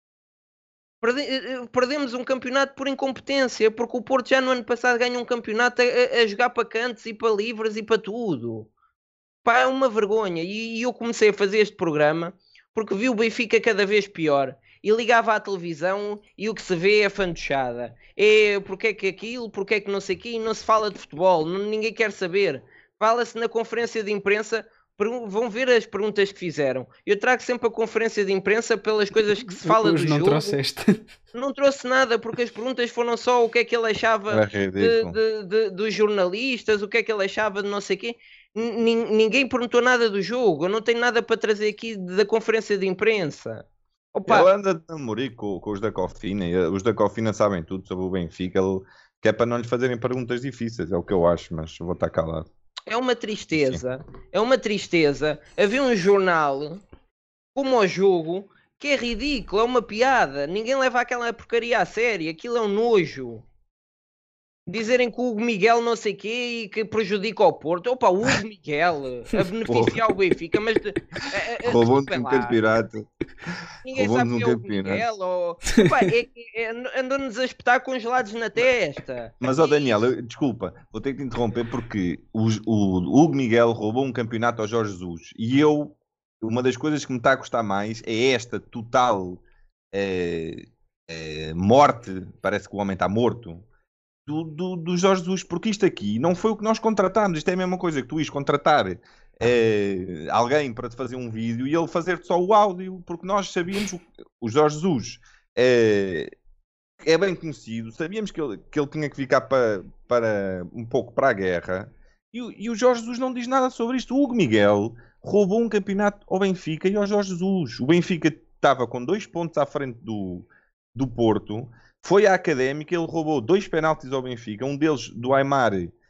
perde, perdemos um campeonato por incompetência, porque o Porto já no ano passado ganhou um campeonato a, a jogar para cantos e para livres e para tudo. Pá, é uma vergonha. E, e eu comecei a fazer este programa porque vi o Benfica cada vez pior. E ligava à televisão e o que se vê é fantochada. É porque é que aquilo, porque é que não sei o quê, e não se fala de futebol, não, ninguém quer saber. Fala-se na conferência de imprensa, vão ver as perguntas que fizeram. Eu trago sempre a conferência de imprensa pelas coisas que se fala Hoje do não jogo. Trouxeste. Não trouxe nada, porque as perguntas foram só o que é que ele achava de, de, de, dos jornalistas, o que é que ele achava de não sei o quê. N- ninguém perguntou nada do jogo. Eu não tenho nada para trazer aqui da conferência de imprensa. Opa. Ele anda de namorico com, com os da Cofina, e os da Cofina sabem tudo sobre o Benfica, ele, que é para não lhe fazerem perguntas difíceis, é o que eu acho, mas vou estar calado. É uma tristeza, Sim. é uma tristeza haver um jornal como o jogo que é ridículo, é uma piada, ninguém leva aquela porcaria a sério, aquilo é um nojo. Dizerem que o Hugo Miguel não sei o quê e que prejudica o Porto. Opa, o Hugo Miguel a beneficiar o Benfica, mas... Roubou-nos um campeonato. Ninguém sabe quem é o Hugo Miguel. Ou... Opa, é, é, andam-nos a espetar congelados na testa. Mas, ó Daniel, eu, desculpa, vou ter que te interromper porque o, o Hugo Miguel roubou um campeonato ao Jorge Jesus. E eu, uma das coisas que me está a gostar mais é esta total é, é, morte, parece que o homem está morto, Do, do, do Jorge Jesus, porque isto aqui não foi o que nós contratámos. Isto é a mesma coisa que tu ires contratar é, alguém para te fazer um vídeo e ele fazer-te só o áudio, porque nós sabíamos o, o Jorge Jesus é, é bem conhecido, sabíamos que ele, que ele tinha que ficar para, para um pouco para a guerra e, e o Jorge Jesus não diz nada sobre isto. O Hugo Miguel roubou um campeonato ao Benfica e ao Jorge Jesus. O Benfica estava com dois pontos à frente do, do Porto, Foi à Académica, ele roubou dois penaltis ao Benfica, um deles do Aimar,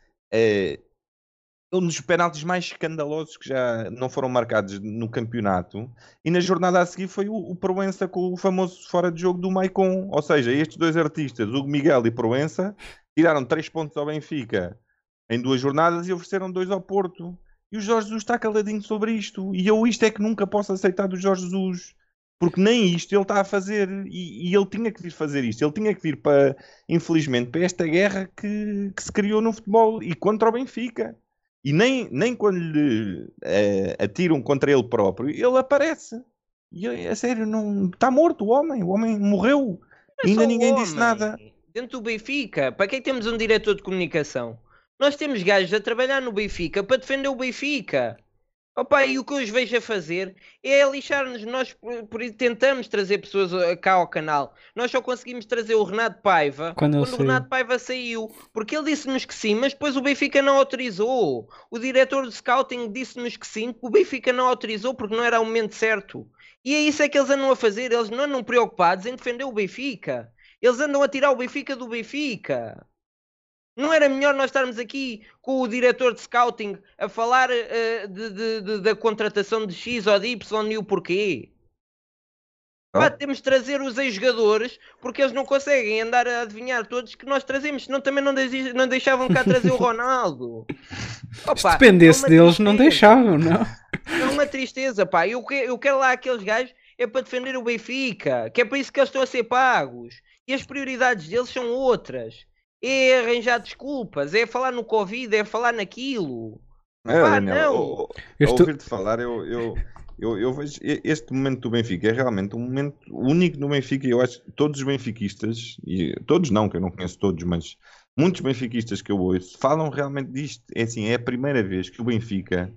é, um dos penaltis mais escandalosos que já não foram marcados no campeonato, e na jornada a seguir foi o, o Proença com o famoso fora de jogo do Maicon. Ou seja, estes dois artistas, Hugo Miguel e Proença, tiraram três pontos ao Benfica em duas jornadas e ofereceram dois ao Porto. E o Jorge Jesus está caladinho sobre isto, e eu isto é que nunca posso aceitar do Jorge Jesus, porque nem isto ele está a fazer, e, e ele tinha que vir fazer isto, ele tinha que vir para, infelizmente, para esta guerra que, que se criou no futebol e contra o Benfica. E nem, nem quando lhe é, atiram contra ele próprio, ele aparece. E é sério, não está morto o homem, o homem morreu. Não é Ainda só o ninguém homem. disse nada. Dentro do Benfica, para que temos um diretor de comunicação? Nós temos gajos a trabalhar no Benfica para defender o Benfica. Opa, e o que eu os vejo a fazer é lixar-nos. Nós por, por, tentamos trazer pessoas cá ao canal. Nós só conseguimos trazer o Renato Paiva Quando ele quando o Renato Paiva saiu. Porque ele disse-nos que sim, mas depois o Benfica não autorizou. O diretor de scouting disse-nos que sim, que o Benfica não autorizou porque não era o momento certo. E é isso é que eles andam a fazer. Eles não andam preocupados em defender o Benfica. Eles andam a tirar o Benfica do Benfica. Não era melhor nós estarmos aqui com o diretor de scouting a falar uh, de, de, de, da contratação de X ou de Y e o porquê? Oh. Pá, temos de trazer os ex-jogadores porque eles não conseguem andar a adivinhar todos que nós trazemos, senão também não, de, não deixavam cá trazer o Ronaldo. Opa, se dependesse é deles, tristeza. Não deixavam, não? É uma tristeza, pá. Eu, eu quero lá aqueles gajos é para defender o Benfica, que é para isso que eles estão a ser pagos. E as prioridades deles são outras. É arranjar desculpas, é falar no Covid, é falar naquilo. É, Pá, Daniel, não. Ao, ao ouvir-te falar, eu, eu, eu, eu vejo este momento do Benfica é realmente um momento único no Benfica. Eu acho que todos os benfiquistas, e todos não, que eu não conheço todos, mas muitos benfiquistas que eu ouço falam realmente disto. É assim, é a primeira vez que o Benfica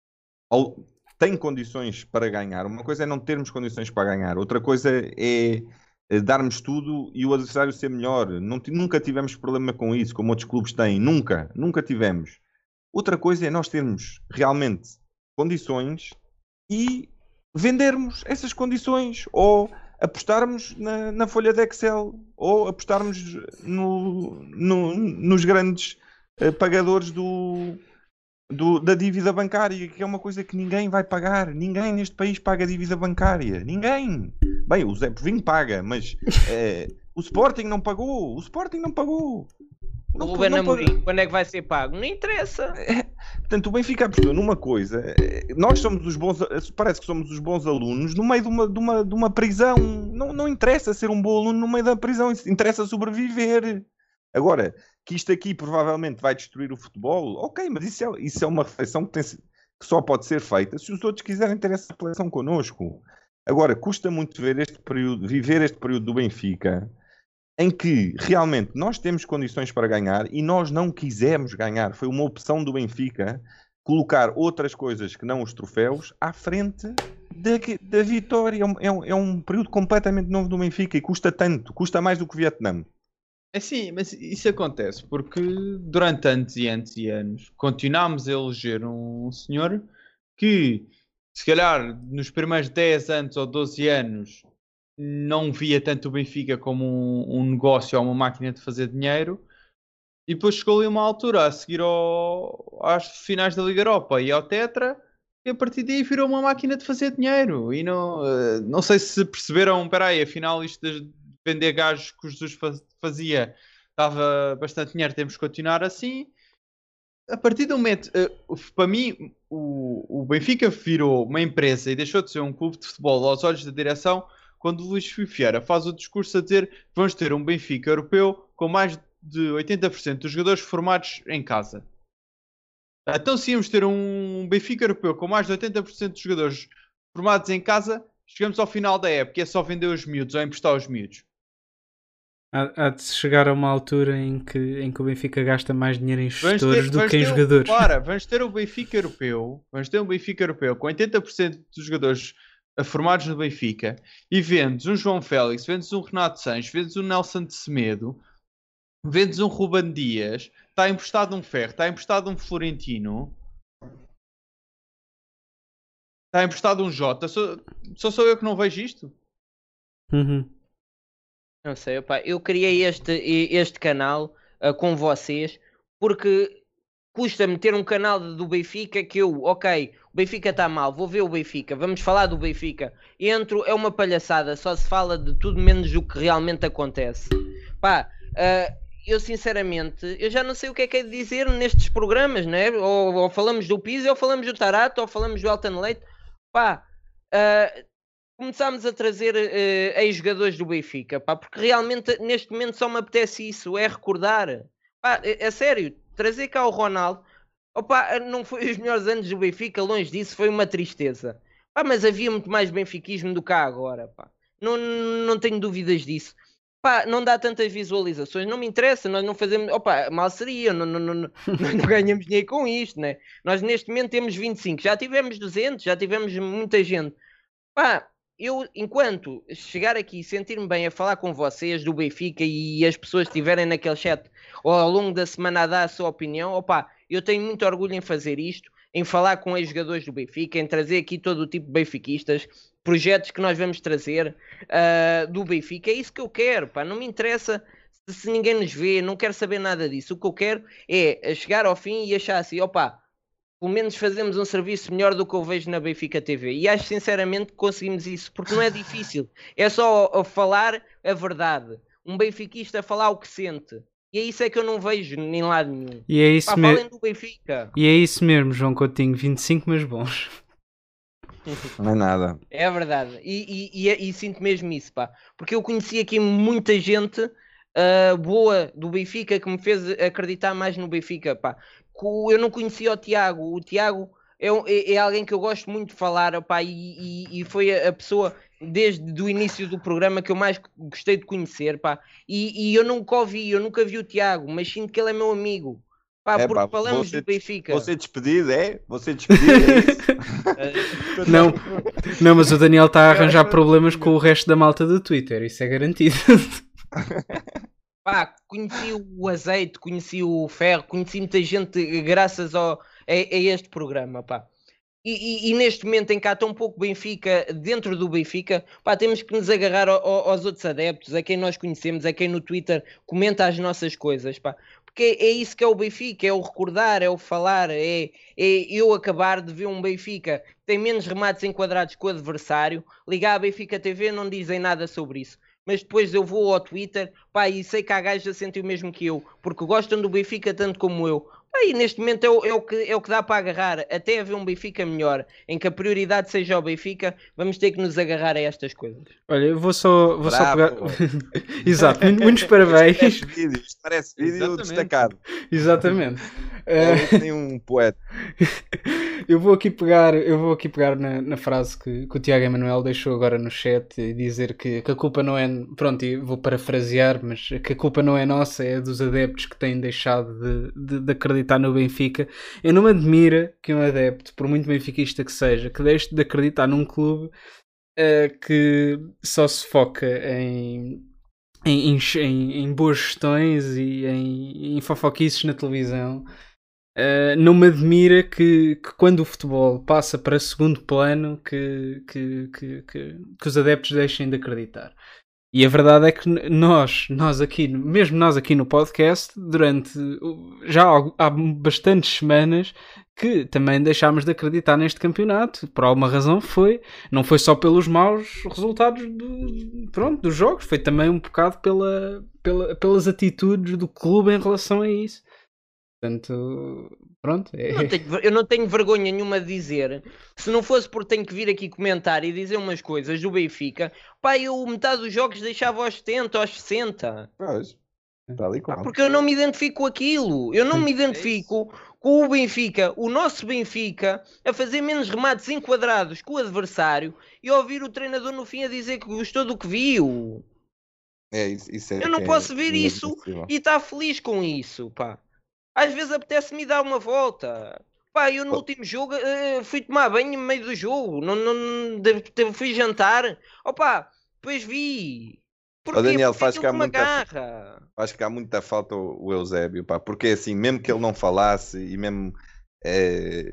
ao, tem condições para ganhar. Uma coisa é não termos condições para ganhar, outra coisa é darmos tudo e o adversário ser melhor. Não, nunca tivemos problema com isso, como outros clubes têm. Nunca, nunca tivemos. Outra coisa é nós termos realmente condições e vendermos essas condições, ou apostarmos na, na folha de Excel, ou apostarmos no, no, nos grandes uh, pagadores do, do, da dívida bancária, que é uma coisa que ninguém vai pagar. Ninguém neste país paga dívida bancária. Ninguém. Bem, o Zé Povinho paga, mas é, o Sporting não pagou. O Sporting não pagou. O Ruben Amorim, quando é que vai ser pago? Não interessa. É, portanto, o Benfica apostou numa coisa. É, nós somos os bons, parece que somos os bons alunos no meio de uma, de uma, de uma prisão. Não, não interessa ser um bom aluno no meio da prisão. Interessa sobreviver. Agora, que isto aqui provavelmente vai destruir o futebol, ok, mas isso é, isso é uma reflexão que, tem, que só pode ser feita se os outros quiserem ter essa reflexão connosco. Agora, custa muito ver este período, viver este período do Benfica em que realmente nós temos condições para ganhar e nós não quisemos ganhar. Foi uma opção do Benfica colocar outras coisas que não os troféus à frente da, da vitória. É um, é um período completamente novo do Benfica e custa tanto, custa mais do que o Vietnã. É sim, mas isso acontece porque durante anos e anos e anos continuámos a eleger um senhor que, se calhar, nos primeiros dez anos ou doze anos não via tanto o Benfica como um, um negócio ou uma máquina de fazer dinheiro, e depois chegou ali uma altura a seguir ao, às finais da Liga Europa e ao Tetra, e a partir daí virou uma máquina de fazer dinheiro. E não, uh, não sei se perceberam, espera aí, afinal isto de vender gajos que o Jesus fazia dava bastante dinheiro, temos que continuar assim. A partir do momento, uh, para mim, o, o Benfica virou uma empresa e deixou de ser um clube de futebol aos olhos da direção quando o Luís Filipe faz o discurso a dizer que vamos ter um Benfica europeu com mais de oitenta por cento dos jogadores formados em casa. Então, se íamos ter um Benfica europeu com mais de oitenta por cento dos jogadores formados em casa, chegamos ao final da época e é só vender os miúdos ou emprestar os miúdos. Há, há de chegar a uma altura em que, em que o Benfica gasta mais dinheiro em gestores do que em jogadores. Para, vamos ter um Benfica europeu, vamos ter um Benfica europeu com oitenta por cento dos jogadores formados no Benfica e vendes um João Félix, vendes um Renato Sanches, vendes um Nelson de Semedo, vendes um Ruben Dias, está emprestado um Ferro, está emprestado um Florentino, está emprestado um Jota. Só, só sou eu que não vejo isto? Uhum. Não sei, opá, eu criei este, este canal uh, com vocês porque custa-me ter um canal do Benfica que eu, ok, o Benfica está mal, vou ver o Benfica, vamos falar do Benfica. Entro, é uma palhaçada, só se fala de tudo menos do que realmente acontece. Pá, uh, eu sinceramente, eu já não sei o que é que é de dizer nestes programas, não é? Ou, ou falamos do Pizzi, ou falamos do Tarato, ou falamos do Elton Leite. Pá, uh, começámos a trazer uh, ex-jogadores do Benfica, pá, porque realmente neste momento só me apetece isso, é recordar. Pá, é, é sério, trazer cá o Ronaldo, opa, não foi os melhores anos do Benfica, longe disso, foi uma tristeza. Pá, mas havia muito mais benfiquismo do que há agora, pá. Não, não tenho dúvidas disso. Pá, não dá tantas visualizações, não me interessa, nós não fazemos, opa, mal seria, não, não, não, não, não ganhamos dinheiro com isto, né? Nós neste momento temos vinte e cinco, já tivemos duzentos, já tivemos muita gente. Pá, eu, enquanto chegar aqui e sentir-me bem a falar com vocês do Benfica e as pessoas que estiverem naquele chat ou ao longo da semana a dar a sua opinião, opá, eu tenho muito orgulho em fazer isto, em falar com ex-jogadores do Benfica, em trazer aqui todo o tipo de benfiquistas, projetos que nós vamos trazer uh, do Benfica. É isso que eu quero, pá, não me interessa se, se ninguém nos vê, não quero saber nada disso. O que eu quero é chegar ao fim e achar assim, opá, pelo menos fazemos um serviço melhor do que eu vejo na Benfica T V. E acho sinceramente que conseguimos isso, porque não é difícil. É só falar a verdade. Um benfiquista falar o que sente. E é isso é que eu não vejo em lado nenhum. E é isso Pá, mesmo. falem do Benfica. E é isso mesmo, João Coutinho, vinte e cinco mas bons. Não é nada. É verdade. E, e, e, e sinto mesmo isso, pá. Porque eu conheci aqui muita gente uh, boa do Benfica que me fez acreditar mais no Benfica, pá. Eu não conhecia o Tiago. O Tiago é, é, é alguém que eu gosto muito de falar, pá, e, e, e foi a, a pessoa desde o início do programa que eu mais gostei de conhecer, pá. E, e eu nunca ouvi, eu nunca vi o Tiago, mas sinto que ele é meu amigo. Pá, É, porque pá, falamos você do Benfica. Você despedido, é? Você despedido, é isso? Não, não, mas o Daniel está a arranjar problemas com o resto da malta do Twitter, isso é garantido. Pá, conheci o Azeite, conheci o Ferro, conheci muita gente graças ao, a, a este programa, pá. E, e, e neste momento em que há tão pouco Benfica dentro do Benfica, pá, temos que nos agarrar ao, aos outros adeptos, a quem nós conhecemos, a quem no Twitter comenta as nossas coisas, pá. Porque é, é isso que é o Benfica, é o recordar, é o falar, é, é eu acabar de ver um Benfica que tem menos remates enquadrados que o adversário, ligar a Benfica T V, não dizem nada sobre isso. Mas depois eu vou ao Twitter, pá, e sei que há gajos a sentir o mesmo que eu, porque gostam do Benfica tanto como eu. Pá, e neste momento é o, é, o que, é o que dá para agarrar, até haver um Benfica melhor, em que a prioridade seja o Benfica, vamos ter que nos agarrar a estas coisas. Olha, eu vou só, vou só pegar... Bravo. Exato, muito- muitos parabéns. Parece vídeo, isto parece vídeo Exatamente. destacado. Exatamente. É Eh, nem um poeta. eu vou aqui pegar, eu vou aqui pegar na, na frase que, que o Tiago Emanuel deixou agora no chat e dizer que, que a culpa não é, pronto, e vou parafrasear, mas que a culpa não é nossa, é dos adeptos que têm deixado de, de, de acreditar no Benfica. Eu não me admira que um adepto, por muito benfiquista que seja, que deixe de acreditar num clube eh, que só se foca em, em, em, em- em boas gestões e em, em fofoquices na televisão. Uh, não me admira que, que quando o futebol passa para segundo plano que, que, que, que, que os adeptos deixem de acreditar. E a verdade é que n- nós, nós aqui, mesmo nós aqui no podcast, durante o- já há há bastantes semanas que também deixámos de acreditar neste campeonato. Por alguma razão foi, não foi só pelos maus resultados do, pronto, dos jogos, foi também um bocado pela, pela, pelas atitudes do clube em relação a isso. Portanto, pronto. É... Eu não, tenho, ver- eu não tenho vergonha nenhuma de dizer, se não fosse porque tenho que vir aqui comentar e dizer umas coisas do Benfica, pá, eu metade dos jogos deixava aos setenta, aos sessenta. Pois, tal e qual. Porque eu não me identifico com aquilo. Eu não me identifico com o Benfica, o nosso Benfica, a fazer menos remates enquadrados que o adversário e ouvir o treinador no fim a dizer que gostou do que viu. É, isso, isso é Eu não que é posso ver isso inadmissível. e estar feliz com isso, pá. Às vezes apetece-me dar uma volta. Pá, eu no Oh. último jogo eh, fui tomar banho no meio do jogo. Não, não, de- de- fui jantar. Opa, depois vi. Porquê? Daniel, Porque faz aquilo cá que me muita- agarra. Acho que há muita falta o o Eusébio, pá, porque assim, mesmo que ele não falasse e mesmo eh,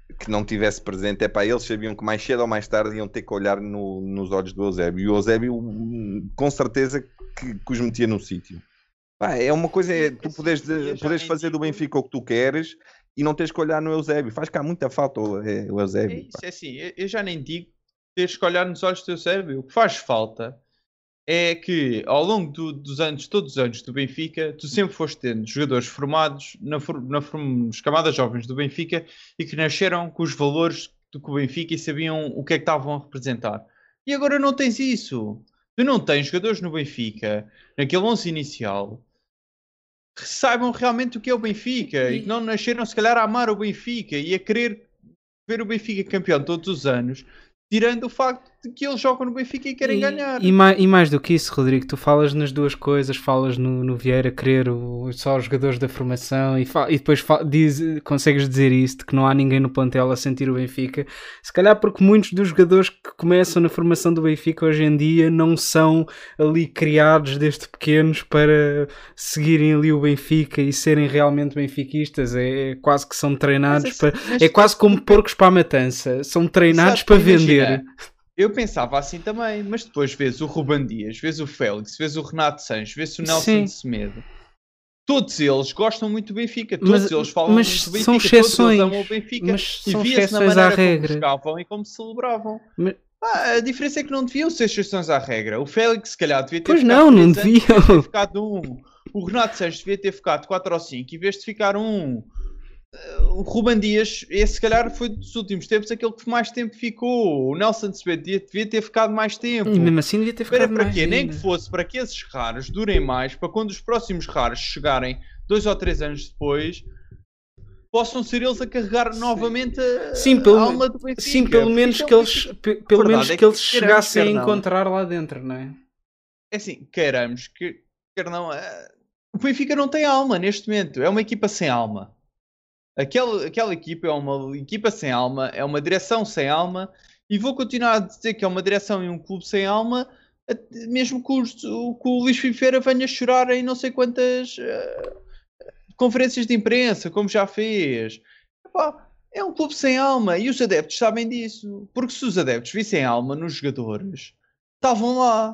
que não tivesse presente, é para eles sabiam que mais cedo ou mais tarde iam ter que olhar no, nos olhos do Eusébio. E o Eusébio, com certeza, que, que os metia no sítio. Pá, é uma coisa, é, tu podes, podes fazer do Benfica o que tu queres e não tens que olhar no Eusébio. Faz cá muita falta o, é, o Eusébio. É isso, é assim, eu, eu já nem digo teres que olhar nos olhos do Eusébio. O que faz falta é que ao longo do, dos anos, todos os anos do Benfica, tu sempre foste tendo jogadores formados na, na, nas camadas jovens do Benfica e que nasceram com os valores do que o Benfica e sabiam o que é que estavam a representar. E agora não tens isso. Tu não tens jogadores no Benfica, naquele onze inicial, que saibam realmente o que é o Benfica e, e que não nasceram se calhar a amar o Benfica e a querer ver o Benfica campeão todos os anos, tirando o facto de que eles jogam no Benfica e querem e, ganhar. E mais, e mais do que isso, Rodrigo, tu falas nas duas coisas, falas no, no Vieira querer o, só os jogadores da formação e, fa, e depois fa, diz, consegues dizer isso, de que não há ninguém no plantel a sentir o Benfica, se calhar porque muitos dos jogadores que começam na formação do Benfica hoje em dia não são ali criados desde pequenos para seguirem ali o Benfica e serem realmente benfiquistas, é, é quase que são treinados mas, para, mas, é quase como porcos para a matança, são treinados exato, para imagina, vender. Eu pensava assim também, mas depois vês o Ruben Dias, vês o Félix, vês o Renato Sanches, vês o Nelson Sim. de Semedo. Todos eles gostam muito do Benfica, todos Mas- eles falam mas muito do Benfica, são todos eles exceções. amam o Benfica Mas e são via-se na exceções maneira à como regra. jogavam e como celebravam. Mas- Ah, a diferença é que não deviam ser exceções à regra. O Félix, se calhar, devia ter Pois ficado não, não três anos, deviam. devia ter ficado um. O Renato Sanches devia ter ficado quatro ou cinco, em vez de ficar um. O Ruben Dias, esse se calhar foi dos últimos tempos aquele que mais tempo ficou. O Nelson de Semedo devia, devia ter ficado mais tempo. E mesmo assim devia ter Para, ficado para mais quê? Nem ainda. que fosse para que esses raros durem mais, para quando os próximos raros chegarem dois ou três anos depois, possam ser eles a carregar novamente a, Sim, pelo, a alma do Benfica. sim, pelo Porque menos isto é que um eles, Benfica- pe- pelo verdade menos é que que eles queiramos, chegassem a quer não. encontrar lá dentro, não é? É assim, queiramos que quer não, eh, o Benfica não tem alma neste momento, é uma equipa sem alma. Aquela, aquela equipa é uma equipa sem alma, é uma direção sem alma, e vou continuar a dizer que é uma direção e um clube sem alma, até mesmo que o, que o Luís Filipe Vieira venha chorar em não sei quantas eh, conferências de imprensa, como já fez. Epá, é um clube sem alma, e os adeptos sabem disso, porque se os adeptos vissem alma nos jogadores, estavam lá.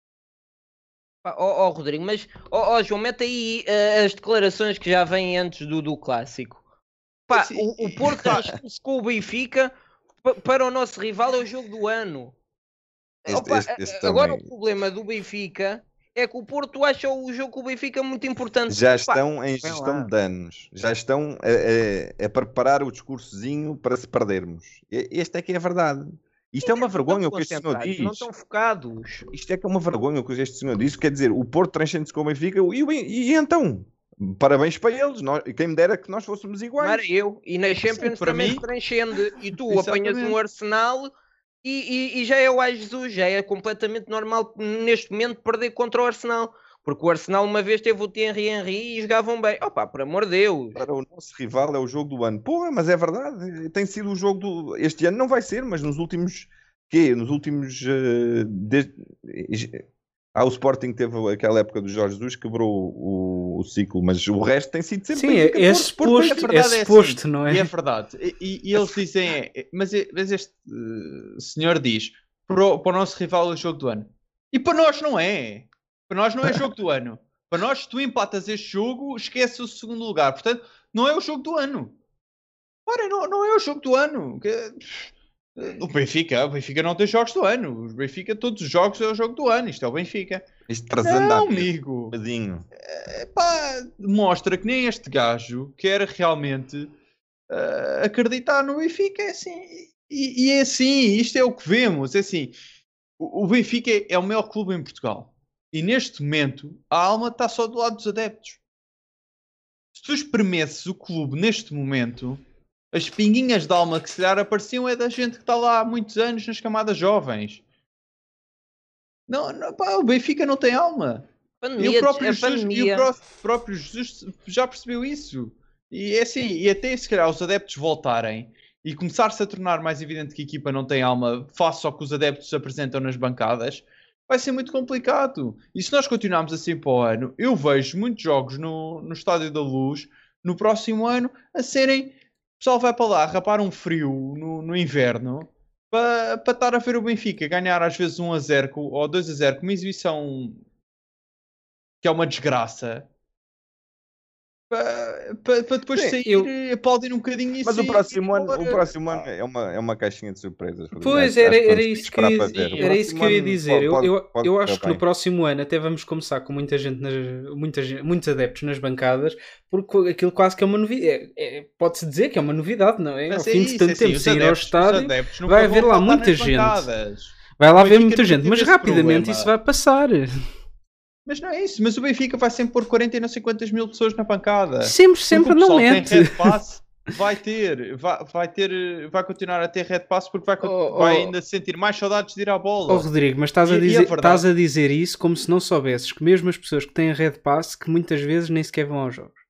Pá, Ó ó, Rodrigo, mas ó ó, João, mete aí eh, as declarações que já vêm antes do, do clássico. Pá, Sim, o, o e- Porto pá. arriscou-se com o Benfica pa- para o nosso rival é o jogo do ano. Este- Opa, este- este a- agora também. o problema do Benfica é que o Porto acha o jogo com o Benfica muito importante. Já Pá, estão em vem gestão lá. de danos, já estão a, a- a preparar o discursozinho para se perdermos. E- Este é que é a verdade. Isto é uma Não estão vergonha o que este senhor concentrados, diz. Não estão focados. Isto é que é uma vergonha o que este senhor disse. Quer dizer, o Porto transcende-se com o Benfica e, o Ben- e então? Parabéns para eles. Nós, quem me dera que nós fôssemos Não iguais. era eu. E na Champions para também mim- se transcende. E tu Exatamente. apanhas um Arsenal e, e- e já é o Ai Jesus. Já é completamente normal neste momento perder contra o Arsenal. Porque o Arsenal uma vez teve o Thierry Henry e jogavam bem. Opa, por amor de Deus. Para o nosso rival é o jogo do ano. Porra, mas é verdade. Tem sido o jogo do... Este ano não vai ser, mas nos últimos... Quê? Nos últimos... eh, desde... Ah, o Sporting teve aquela época do Jorge Jesus, quebrou o, o ciclo, mas o resto tem sido sempre... Sim, Benfica, é, é Porto, Porto, suposto, Benfica. A verdade é é suposto, assim, não é? E é verdade. E, e- e eles dizem, é, é, mas, é- mas este eh, senhor diz para o, para o nosso rival é o jogo do ano. E para nós não é. Para nós não é jogo do ano. Para nós, se tu empatas este jogo, esquece o segundo lugar. Portanto, não é o jogo do ano. Ora, não, não é o jogo do ano. Que- O Benfica, o Benfica não tem jogos do ano. O Benfica, todos os jogos é o jogo do ano. Isto é o Benfica. Isto trazendo Não, à mesa, amigo. um bocadinho. Pá, mostra que nem este gajo quer realmente ah, acreditar no Benfica. É assim, e, e é assim, isto é o que vemos. É assim, o, o Benfica é, é o maior clube em Portugal e neste momento a alma está só do lado dos adeptos. Se tu espremesses o clube neste momento, as pinguinhas de alma que se calhar apareciam é da gente que está lá há muitos anos nas camadas jovens. Não, não, pá, o Benfica não tem alma. E Pandemia, o próprio a Jesus, e o pandemia. pró- próprio Jesus já percebeu isso. E é assim, e até se calhar os adeptos voltarem e começar-se a tornar mais evidente que a equipa não tem alma face ao que os adeptos apresentam nas bancadas, vai ser muito complicado. E se nós continuarmos assim para o ano, eu vejo muitos jogos no, no Estádio da Luz no próximo ano a serem pessoal vai para lá rapar um frio no, no inverno para, para estar a ver o Benfica ganhar às vezes um a zero com- ou dois a zero com uma exibição que é uma desgraça. Para, para, para depois Sim, sair, eu- aplaudir um bocadinho e Mas o sair próximo ano, o embora. próximo ano é uma, é uma caixinha de surpresas. Rodrigo. Pois, Acho- era, acho que era vamos ter isso que esperar eu, para ia- ver. O era isso que eu ia próximo ano dizer. Eu, pode- eu, pode eu correr acho que no bem. próximo ano até vamos começar com muita gente, nas, muita, gen- muitos adeptos nas bancadas, porque aquilo quase que é uma novidade. É, é- pode-se dizer que é uma novidade, não é? Ao Mas é fim de isso, tanto é assim, tempo os sair ao adeptos- os estádio, adeptos nunca vai vão haver lá faltar muita nas gente. bancadas. vai lá O haver Benfica muita nunca gente, teve mas esse rapidamente problema. isso vai passar. Mas não é isso, mas o Benfica vai sempre pôr quarenta e não sei quantas mil pessoas na pancada. Sempre, Porque sempre o pessoal não tem mente. Red Pass, vai ter, vai, vai ter, vai continuar a ter Red Pass porque vai, Oh, vai oh. ainda sentir mais saudades de ir à bola. Oh, Rodrigo, mas estás a, E- e a dizer, verdade- estás a dizer isso como se não soubesses que mesmo as pessoas que têm Red Pass, que muitas vezes nem sequer vão aos jogos.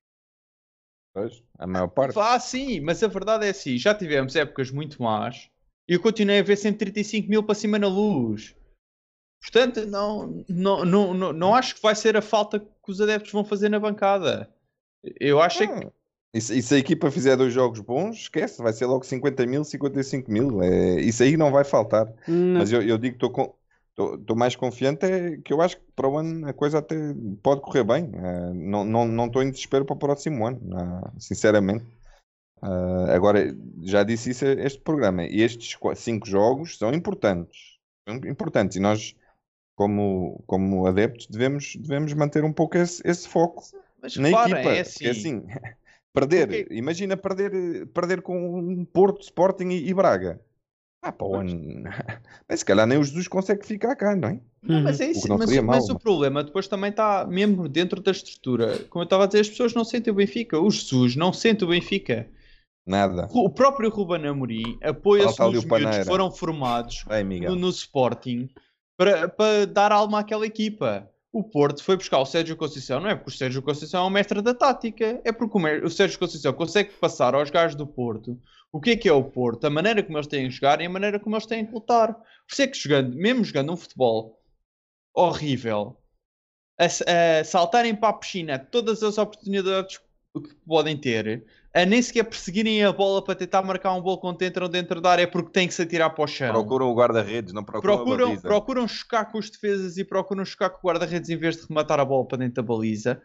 Pois, a maior parte. Ah, sim, mas a verdade é assim, já tivemos épocas muito más e eu continuei a ver sempre trinta e cinco mil para cima na luz. Portanto, não, não, não, não, não acho que vai ser a falta que os adeptos vão fazer na bancada. Eu acho é que Ah, E se, e se a equipa fizer dois jogos bons, esquece, vai ser logo cinquenta mil, cinquenta e cinco mil. É, isso aí não vai faltar. Não. Mas eu, eu digo que estou mais confiante, é que eu acho que para o ano a coisa até pode correr bem. Eh, não não não estou em desespero para o próximo ano, ah, sinceramente. Ah, agora, já disse isso a este programa. Estes qua- cinco jogos são importantes. São importantes. E nós, como, como adeptos, devemos, devemos manter um pouco esse, esse foco mas na reparem, equipa. é Porque assim. assim, perder, Porque- imagina perder, perder com Porto, Sporting e, e Braga. Ah, para o ano. Mas se calhar nem o Jesus consegue ficar cá, não é? Não, mas Uhum. é O isso, que não mas, seria mas mau, o mas- problema depois também está mesmo dentro da estrutura. Como eu estava a dizer, as pessoas não sentem o Benfica. O Jesus não sente o Benfica. Nada. O próprio Ruben Amorim apoia-se Falta ali nos o miúdos Paneira. que foram formados Vai, Miguel. no, no Sporting para, para dar alma àquela equipa. O Porto foi buscar o Sérgio Conceição, não é porque o Sérgio Conceição é o mestre da tática, é porque o, mer- o Sérgio Conceição consegue passar aos gajos do Porto o que é que é o Porto, a maneira como eles têm de jogar e a maneira como eles têm de lutar. Por isso é que jogando, mesmo jogando um futebol horrível, a, s- a saltarem para a piscina todas as oportunidades que podem ter, a nem sequer perseguirem a bola para tentar marcar um gol quando entram dentro da área porque têm que se atirar para o chão. Procuram o guarda-redes, não procuram, a Procuram, baliza. procuram chocar com os defesas e procuram chocar com o guarda-redes em vez de rematar a bola para dentro da baliza.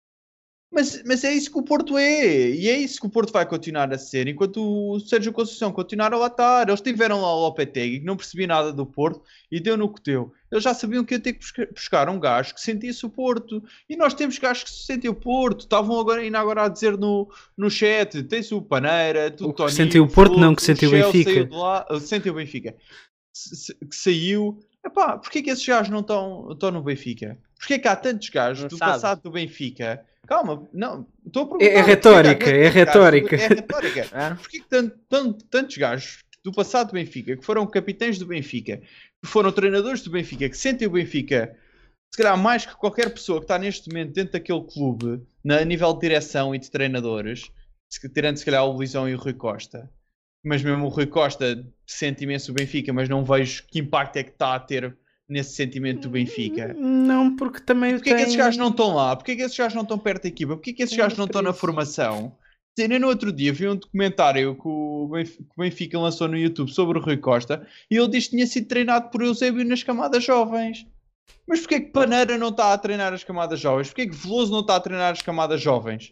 Mas, mas é isso que o Porto é. E é isso que o Porto vai continuar a ser enquanto o Sérgio Conceição continuar a lá estar. Eles tiveram lá o Lopetegui que não percebia nada do Porto e deu no que deu. Eles já sabiam que ia ter que busca- buscar um gajo que sentisse o Porto. E nós temos gajos que se sentem o Porto. Estavam agora, ainda agora a dizer no, no chat: tens o Paneira, tu, O que Tony, sentiu o Porto, Fogo, não que sentiu o Shell Benfica. saiu de lá, uh, sentiu o Benfica. Se- se- Que saiu. Epá, porquê que esses gajos não estão estão no Benfica? Porquê que há tantos gajos Não do sabe. passado do Benfica? Calma, não, estou a perguntar. É- é porquê retórica, que há é tantos retórica. gajos do- É retórica. Ah? Porquê que tan- tan- tantos gajos do passado do Benfica, que foram capitães do Benfica, que foram treinadores do Benfica, que sentem o Benfica, se calhar mais que qualquer pessoa que está neste momento dentro daquele clube, na, a nível de direção e de treinadores, se- tirando se calhar o Luizão e o Rui Costa, mas mesmo o Rui Costa sente imenso o Benfica, mas não vejo que impacto é que está a ter nesse sentimento do Benfica. Não, porque também Porquê é que tem... esses gajos não estão lá? Porquê é que esses gajos não estão perto da equipa? Porquê é que esses Tem gajos não estão na isso. formação? Nem no outro dia vi um documentário que o Benf- que o Benfica lançou no YouTube sobre o Rui Costa e ele diz que tinha sido treinado por Eusébio nas camadas jovens. Mas porquê que Paneira não está a treinar as camadas jovens? Porquê que Veloso não está a treinar as camadas jovens?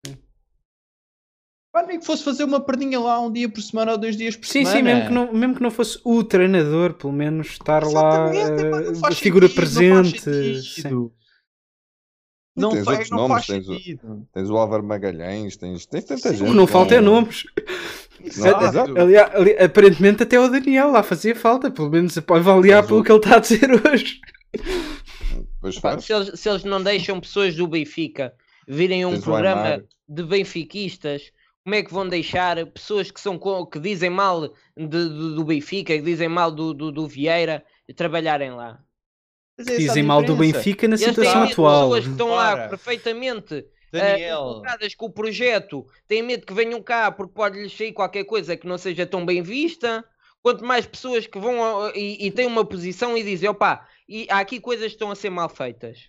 Pá, nem que fosse fazer uma perninha lá um dia por semana ou dois dias por Sim, semana. sim, mesmo que, não, mesmo que não fosse o treinador, pelo menos estar lá, Exatamente, epá, eh, não faz figura sentido, não faz presente. sim. sentido. E Não, tens faz, outros não nomes, faz tens o- sentido. Tens o Álvaro Magalhães, tens, tens tanta O gente. que não falta é com- nomes. Exato, exato. Aliás, ali- aparentemente até o Daniel lá fazia falta, pelo menos pode avaliar Mas pelo o- que ele está a dizer hoje. Pois Pá, faz. se, eles, se eles não deixam pessoas do Benfica virem a um Tens o programa Aimar. de benfiquistas, como é que vão deixar pessoas que, são, co- que dizem mal de- do, do Benfica, que dizem mal do, do, do Vieira, trabalharem lá? Mas é essa a Dizem mal do diferença. Benfica na Eles têm situação medo de atual. pessoas que estão lá Para. perfeitamente ah, Daniel, involucradas com o projeto, têm medo que venham cá porque pode-lhes sair qualquer coisa que não seja tão bem vista. Quanto mais pessoas que vão ao- e, e têm uma posição e dizem, opá, e há aqui coisas que estão a ser mal feitas.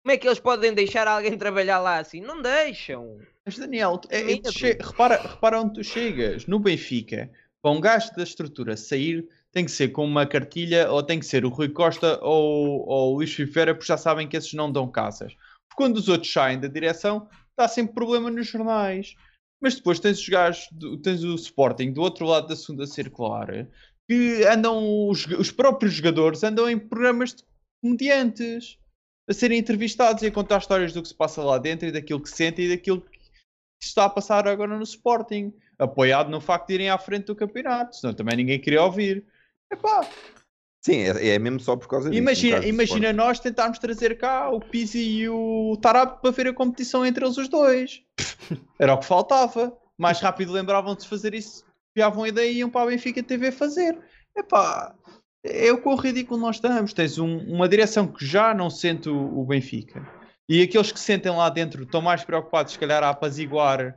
Como é que eles podem deixar alguém trabalhar lá assim? Não deixam. Mas Daniel, tu- é- é- Medo. tu che- repara, repara onde tu chegas. No Benfica, para um gajo da estrutura sair, tem que ser com uma cartilha, ou tem que ser o Rui Costa ou, ou o Luís Figueira, porque já sabem que esses não dão casas. Porque quando os outros saem da direção, dá sempre problema nos jornais. Mas depois tens os gajos, do- tens o Sporting do outro lado da segunda circular, que andam, os, os próprios jogadores andam em programas de comediantes a serem entrevistados e a contar histórias do que se passa lá dentro e daquilo que sentem e daquilo que está a passar agora no Sporting, apoiado no facto de irem à frente do campeonato, senão também ninguém queria ouvir. Epá, Sim, é, é mesmo só por causa disso. no imagina, caso do imagina Sporting. nós tentarmos trazer cá o Pizzi e o Tarap para ver a competição entre eles os dois. Era o que faltava. Mais rápido lembravam-se de fazer isso, criavam a ideia e iam para a Benfica T V fazer. Epá, é o quão ridículo nós estamos. Tens um- uma direção que já não sente o, o Benfica. E aqueles que sentem lá dentro estão mais preocupados, se calhar, a apaziguar.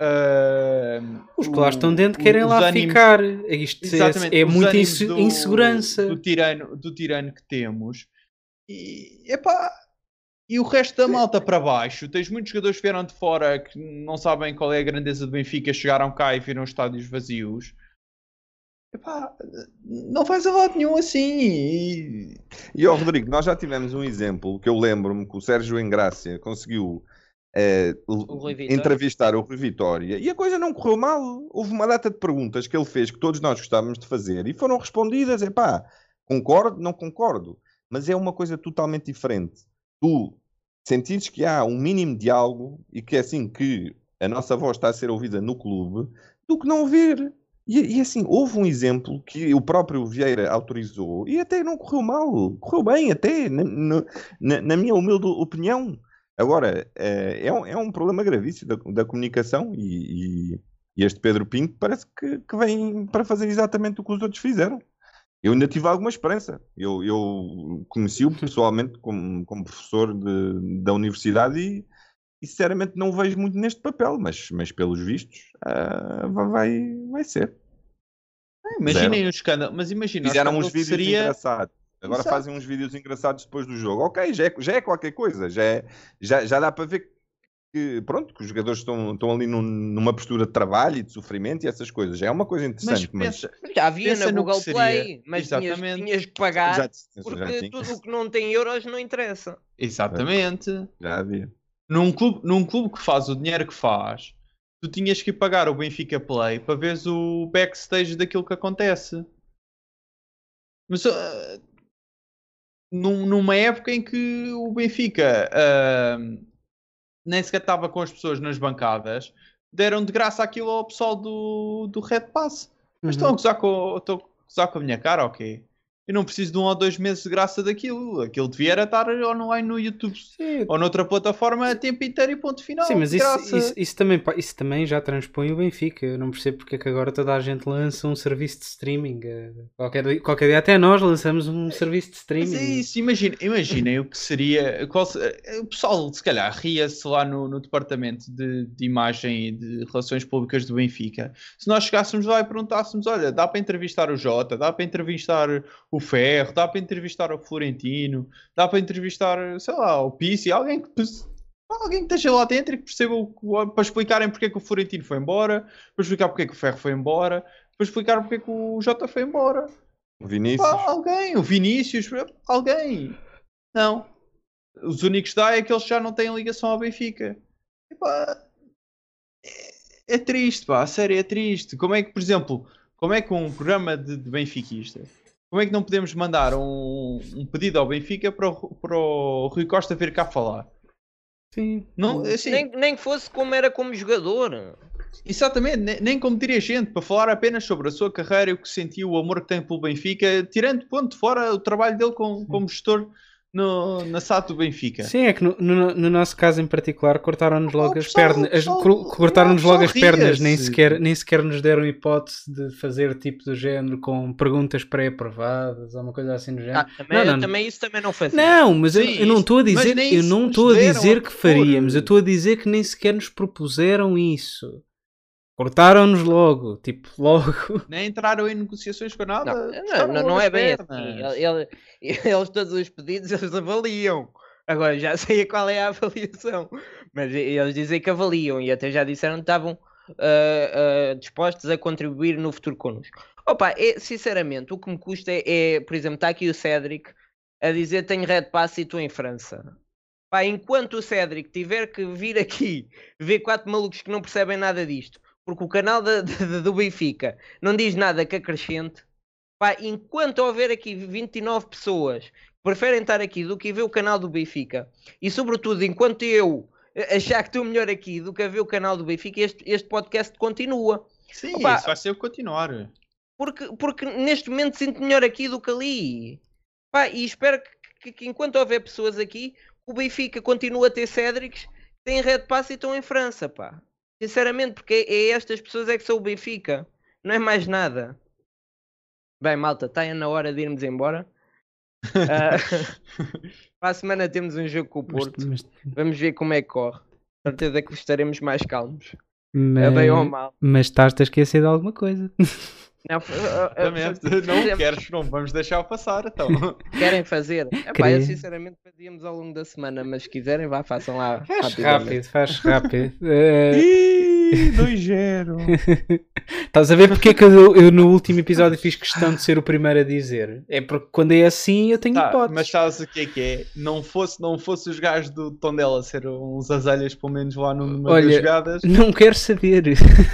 ah, Os que lá estão o- dentro o- querem os lá ânimos- ficar. Isto é, Exatamente, é os muita ânimos inse- do- insegurança. do tirano, do tirano que temos. E, epá, e o resto da malta para baixo, tens muitos jogadores que vieram de fora que não sabem qual é a grandeza do Benfica, chegaram cá e viram os estádios vazios. Epá, não faz a lado nenhum assim. E- E ó Rodrigo, nós já tivemos um exemplo que eu lembro-me que o Sérgio Engrácia conseguiu eh, O Rui Vitória. entrevistar o Rui Vitória e a coisa não correu mal. Houve uma data de perguntas que ele fez que todos nós gostávamos de fazer e foram respondidas. Epá, concordo, não concordo, mas é uma coisa totalmente diferente. Tu sentires que há um mínimo de diálogo e que é assim que a nossa voz está a ser ouvida no clube do que não ouvir. E, e assim, houve um exemplo que o próprio Vieira autorizou e até não correu mal, correu bem até, na, na- na- na minha humilde opinião. Agora, eh, é, um, é um problema gravíssimo da, da comunicação e, e- e este Pedro Pinto parece que, que vem para fazer exatamente o que os outros fizeram. Eu ainda tive alguma esperança. Eu, eu conheci-o pessoalmente como, como professor de- da universidade e, e sinceramente não o vejo muito neste papel, mas, mas pelos vistos ah, vai, vai ser. Imaginem o escândalo, mas imagina, o Fizeram escândalo uns que vídeos seria... engraçados. Agora Exato. fazem uns vídeos engraçados depois do jogo. Ok, já é, já é qualquer coisa. Já, é- já, já dá para ver que, pronto, que os jogadores estão, estão ali num- numa postura de trabalho e de sofrimento e essas coisas. Já é uma coisa Mas interessante. Mas, pensa, Já havia Pensa na no que Google seria. Play, mas tinhas, Exatamente. tinhas que pagar já, já, porque já, tinha, tudo o que não tem euros não interessa. exatamente. já havia. Num clube, num clube que faz o dinheiro que faz, tu tinhas que ir pagar o Benfica Play para veres o backstage daquilo que acontece. Mas ah, num- numa época em que o Benfica ah, nem sequer estava com as pessoas nas bancadas, deram de graça aquilo ao pessoal do, do Red Pass. Mas estão a Uhum. gozar com, estão a gozar com a minha cara, ok? Eu não preciso de um ou dois meses de graça daquilo. Aquilo devia era estar online no YouTube Sim, ou noutra plataforma a tempo inteiro e ponto final. sim, mas de isso, graça. isso, isso também, pa- isso também já transpõe o Benfica. Eu não percebo porque é que agora toda a gente lança um serviço de streaming. Eh, Qualquer, di- qualquer dia até nós lançamos um serviço de Mas streaming. é isso, imaginem, imaginem o que seria. Qual se- o pessoal, se calhar, ria-se lá no, no departamento de, de imagem e de relações públicas do Benfica. Se nós chegássemos lá e perguntássemos: olha, dá para entrevistar o Jota, dá para entrevistar o Ferro, dá para entrevistar o Florentino, dá para entrevistar, sei lá, o Pizzi, alguém que. Alguém que esteja lá dentro e que perceba o, o- para explicarem porque é que o Florentino foi embora, para explicar porque é que o Ferro foi embora, para explicar porque é que o Jota foi embora. O Vinícius. Pá, alguém, o Vinícius, alguém. Não. Os únicos que dá é que eles já não têm ligação ao Benfica. E pá, é, é triste, pá, a sério, é triste. Como é que, por exemplo, como é que um programa de, de benfiquista, como é que não podemos mandar um, um pedido ao Benfica para o, para o Rui Costa vir cá falar? Sim. Não, assim, Nem, nem que fosse como era como jogador. exatamente, nem, nem como dirigente, para falar apenas sobre a sua carreira e o que sentiu, o amor que tem pelo Benfica, tirando ponto de fora o trabalho dele com, como gestor no, na S A T do Benfica. Sim, é que no, no- no nosso caso em particular cortaram-nos logo Oh, as pessoal, pernas. as- pessoal, cor- cortaram-nos oh, logo as pessoal, pernas, nem ria-se. sequer, nem sequer nos deram hipótese de fazer tipo do género com perguntas pré-aprovadas ou uma coisa assim do género. Ah, também, Não, não, também isso também não fazia. Não, mas eu, Sim, eu não estou a mas dizer, nem eu isso não nos estou a deram dizer a que pôr. faríamos, eu estou a dizer que nem sequer nos propuseram isso. Cortaram-nos logo, tipo, logo. Nem entraram em negociações com nada. Não, não, estavam não, logo não as é bem pernas. assim. Ele- ele- eles, todos os pedidos, eles avaliam. Agora já sei qual é a avaliação, mas eles dizem que avaliam e até já disseram que estavam uh, uh, dispostos a contribuir no futuro connosco. Opa, é, sinceramente, o que me custa é, é, por exemplo, está aqui o Cédric a dizer tenho Red Pass e estou em França. Pá, enquanto o Cédric tiver que vir aqui ver quatro malucos que não percebem nada disto, porque o canal de, de, do Benfica não diz nada que acrescente, pá, enquanto houver aqui vinte e nove pessoas que preferem estar aqui do que ver o canal do Benfica, e sobretudo enquanto eu achar que estou melhor aqui do que a ver o canal do Benfica, este, este podcast continua. Sim, Opa, isso vai ser o continuar. Porque, porque neste momento sinto melhor aqui do que ali. Pá, e espero que, que, que enquanto houver pessoas aqui, o Benfica continua a ter Cédrics, tem Red Pass e estão em França, pá. Sinceramente, porque é, é estas pessoas é que são o Benfica. Não é mais nada. Bem, malta, está na hora de irmos embora. Uh, para a semana temos um jogo com o Porto. Mas, mas... Vamos ver como é que corre. Com certeza que estaremos mais calmos. Mas, é bem ou mal. Mas estás-te a esquecer de alguma coisa. Não, Exatamente. Não fazemos... queres, não vamos deixar passar, então. Querem fazer? Epá, eu sinceramente fazíamos ao longo da semana, mas se quiserem, vá, façam lá. Faz rápido, faz rápido. uh... dois zero. Estás a ver porque é que eu, eu no último episódio fiz questão de ser o primeiro a dizer? É porque quando é assim eu tenho tá, hipóteses. Mas sabes o que é que é? Não fosse, não fosse os gajos do Tondela ser uns azelhas, pelo menos lá numa Olha, das jogadas. Não quero saber.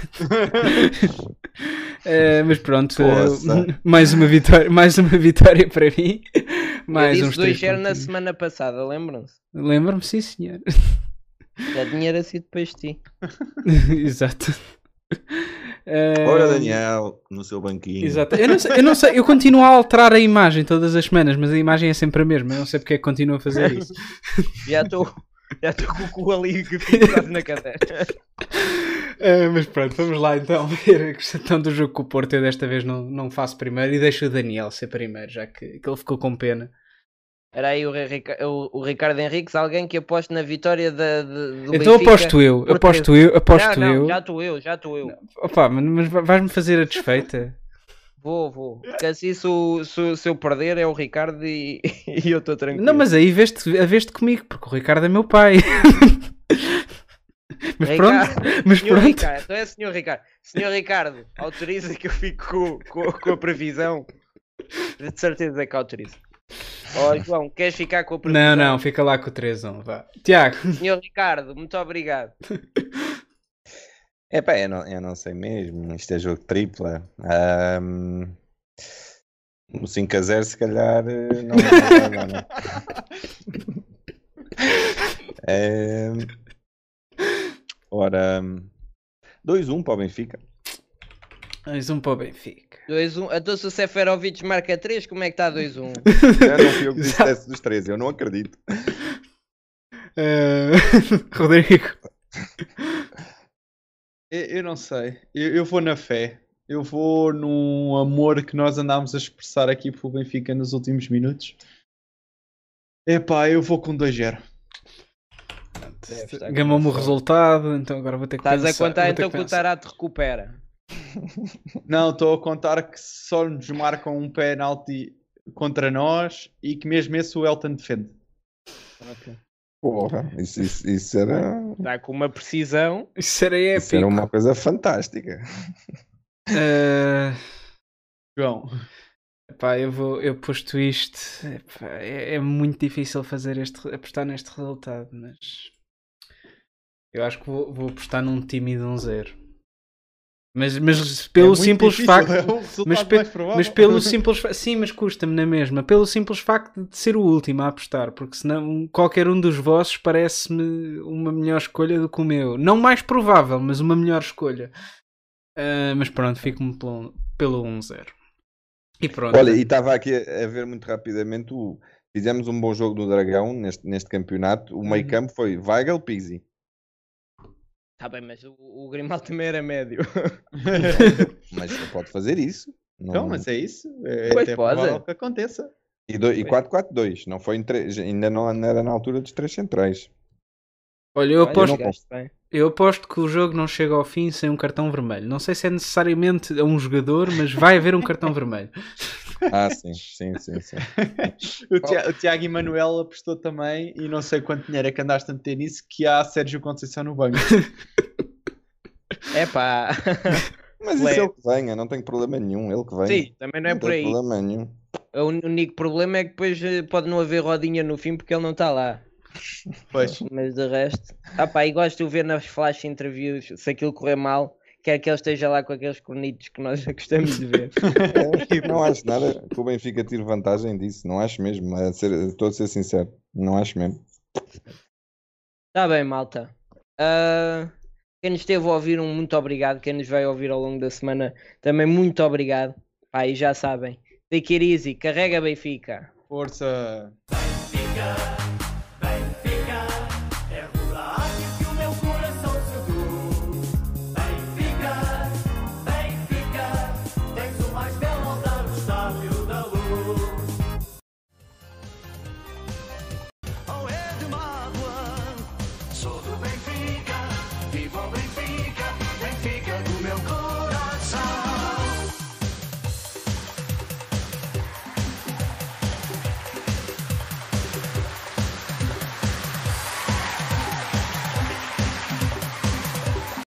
Uh, mas pronto, uh, mais uma vitória, mais uma vitória para mim. Mais eu uns disse dois zero na semana passada, lembram-se? Lembro-me, sim, senhor. Já dinheiro assim depois de ti. Exato. Uh, Ora, Daniel, no seu banquinho. Exato. Eu não, sei, eu não sei, eu continuo a alterar a imagem todas as semanas, mas a imagem é sempre a mesma. Eu não sei porque é que continuo a fazer isso. Já estou já estou com o cu ali que fixado na cadeira. Uh, mas pronto, vamos lá então ver a questão do jogo com o Porto. Eu desta vez não, não faço primeiro e deixo o Daniel ser primeiro, já que, que ele ficou com pena. Era aí o, o, o Ricardo Henriques, alguém que aposte na vitória da, de, do então Benfica. aposto eu, aposto eu, aposto não, não, eu. já estou eu, já estou eu. Opa, mas vais-me fazer a desfeita? Vou, vou. Porque assim se, o, se, se eu perder é o Ricardo e, e eu estou tranquilo. Não, mas aí veste, veste comigo, porque o Ricardo é meu pai. Mas Ricardo, pronto, mas senhor pronto. Ricardo, então é senhor Ricardo. Senhor Ricardo, autoriza que eu fique com, com, com a previsão? De certeza que autoriza. Ó oh, João, queres ficar com a previsão? Não, não, fica lá com o três a um, vá. Tiago. Senhor Ricardo, muito obrigado. É pá, eu não, eu não sei mesmo. Isto é jogo tripla. Um, no cinco a zero, se calhar, não vai dar, não. É... Ora, dois a um para o Benfica. dois a um para o Benfica. dois a um. Então se o Seferovic marca três, como é que está dois a um? Eu não fui eu que disse dos três, eu não acredito. Uh... Rodrigo. Eu, eu não sei. Eu, eu vou na fé. Eu vou num amor que nós andámos a expressar aqui pelo Benfica nos últimos minutos. Epá, eu vou com dois a zero. Gamou-me o resultado, então agora vou ter que Estás pensar. a contar então que, que o Tarato recupera? Não, estou a contar que só nos marcam um penalti contra nós e que mesmo esse o Elton defende. Okay. Porra, isso, isso, isso era... Está com uma precisão. Isso era épico. Isso era uma coisa fantástica. Uh... João. Epá, eu vou, eu posto isto. Epá, é, é muito difícil fazer este, apostar neste resultado, mas eu acho que vou, vou apostar num tímido um zero. Mas, mas pelo é simples difícil, facto, é mas, pe, mas pelo simples fa- sim, mas custa-me na mesma. Pelo simples facto de ser o último a apostar, porque senão qualquer um dos vossos parece-me uma melhor escolha do que o meu. Não mais provável, mas uma melhor escolha. Uh, mas pronto, fico-me pelo, pelo um zero. E pronto. Olha, e estava aqui a, a ver muito rapidamente o... Fizemos um bom jogo do Dragão neste, neste campeonato. O meio campo foi Weigl, Pizzi. Está bem, mas o, o Grimaldo também era médio. Mas pode fazer isso. Não... Então, mas é isso. É Pois até pode. provável que aconteça. E, do, e quatro quatro dois. Não foi em três, ainda não, não era na altura dos três centrais. Olha, eu aposto, Olha, bem. eu aposto que o jogo não chega ao fim sem um cartão vermelho. Não sei se é necessariamente a um jogador, mas vai haver um cartão vermelho. Ah, sim, sim, sim, sim. o, Tia- o Tiago Emanuel apostou também, e não sei quanto dinheiro é que andaste a meter nisso, que há Sérgio Conceição no banco. É pá. Mas isso é ele que venha, não tem problema nenhum, ele que venha. Sim, também não é Não por tem aí. problema nenhum. O único problema é que depois eh, pode não haver rodinha no fim porque ele não está lá. Pois. Mas de resto. Ah pá, e gosto de o ver nas flash interviews. Se aquilo correr mal, quer que ele esteja lá com aqueles cornitos que nós gostamos de ver. É, não acho nada que o Benfica tire vantagem disso, não acho mesmo. A ser, estou a ser sincero, não acho mesmo. Está bem, malta. Ah, quem nos esteve a ouvir, um muito obrigado. Quem nos vai ouvir ao longo da semana, também muito obrigado. Pá, e já sabem. Take it easy, carrega Benfica. Força! Benfica.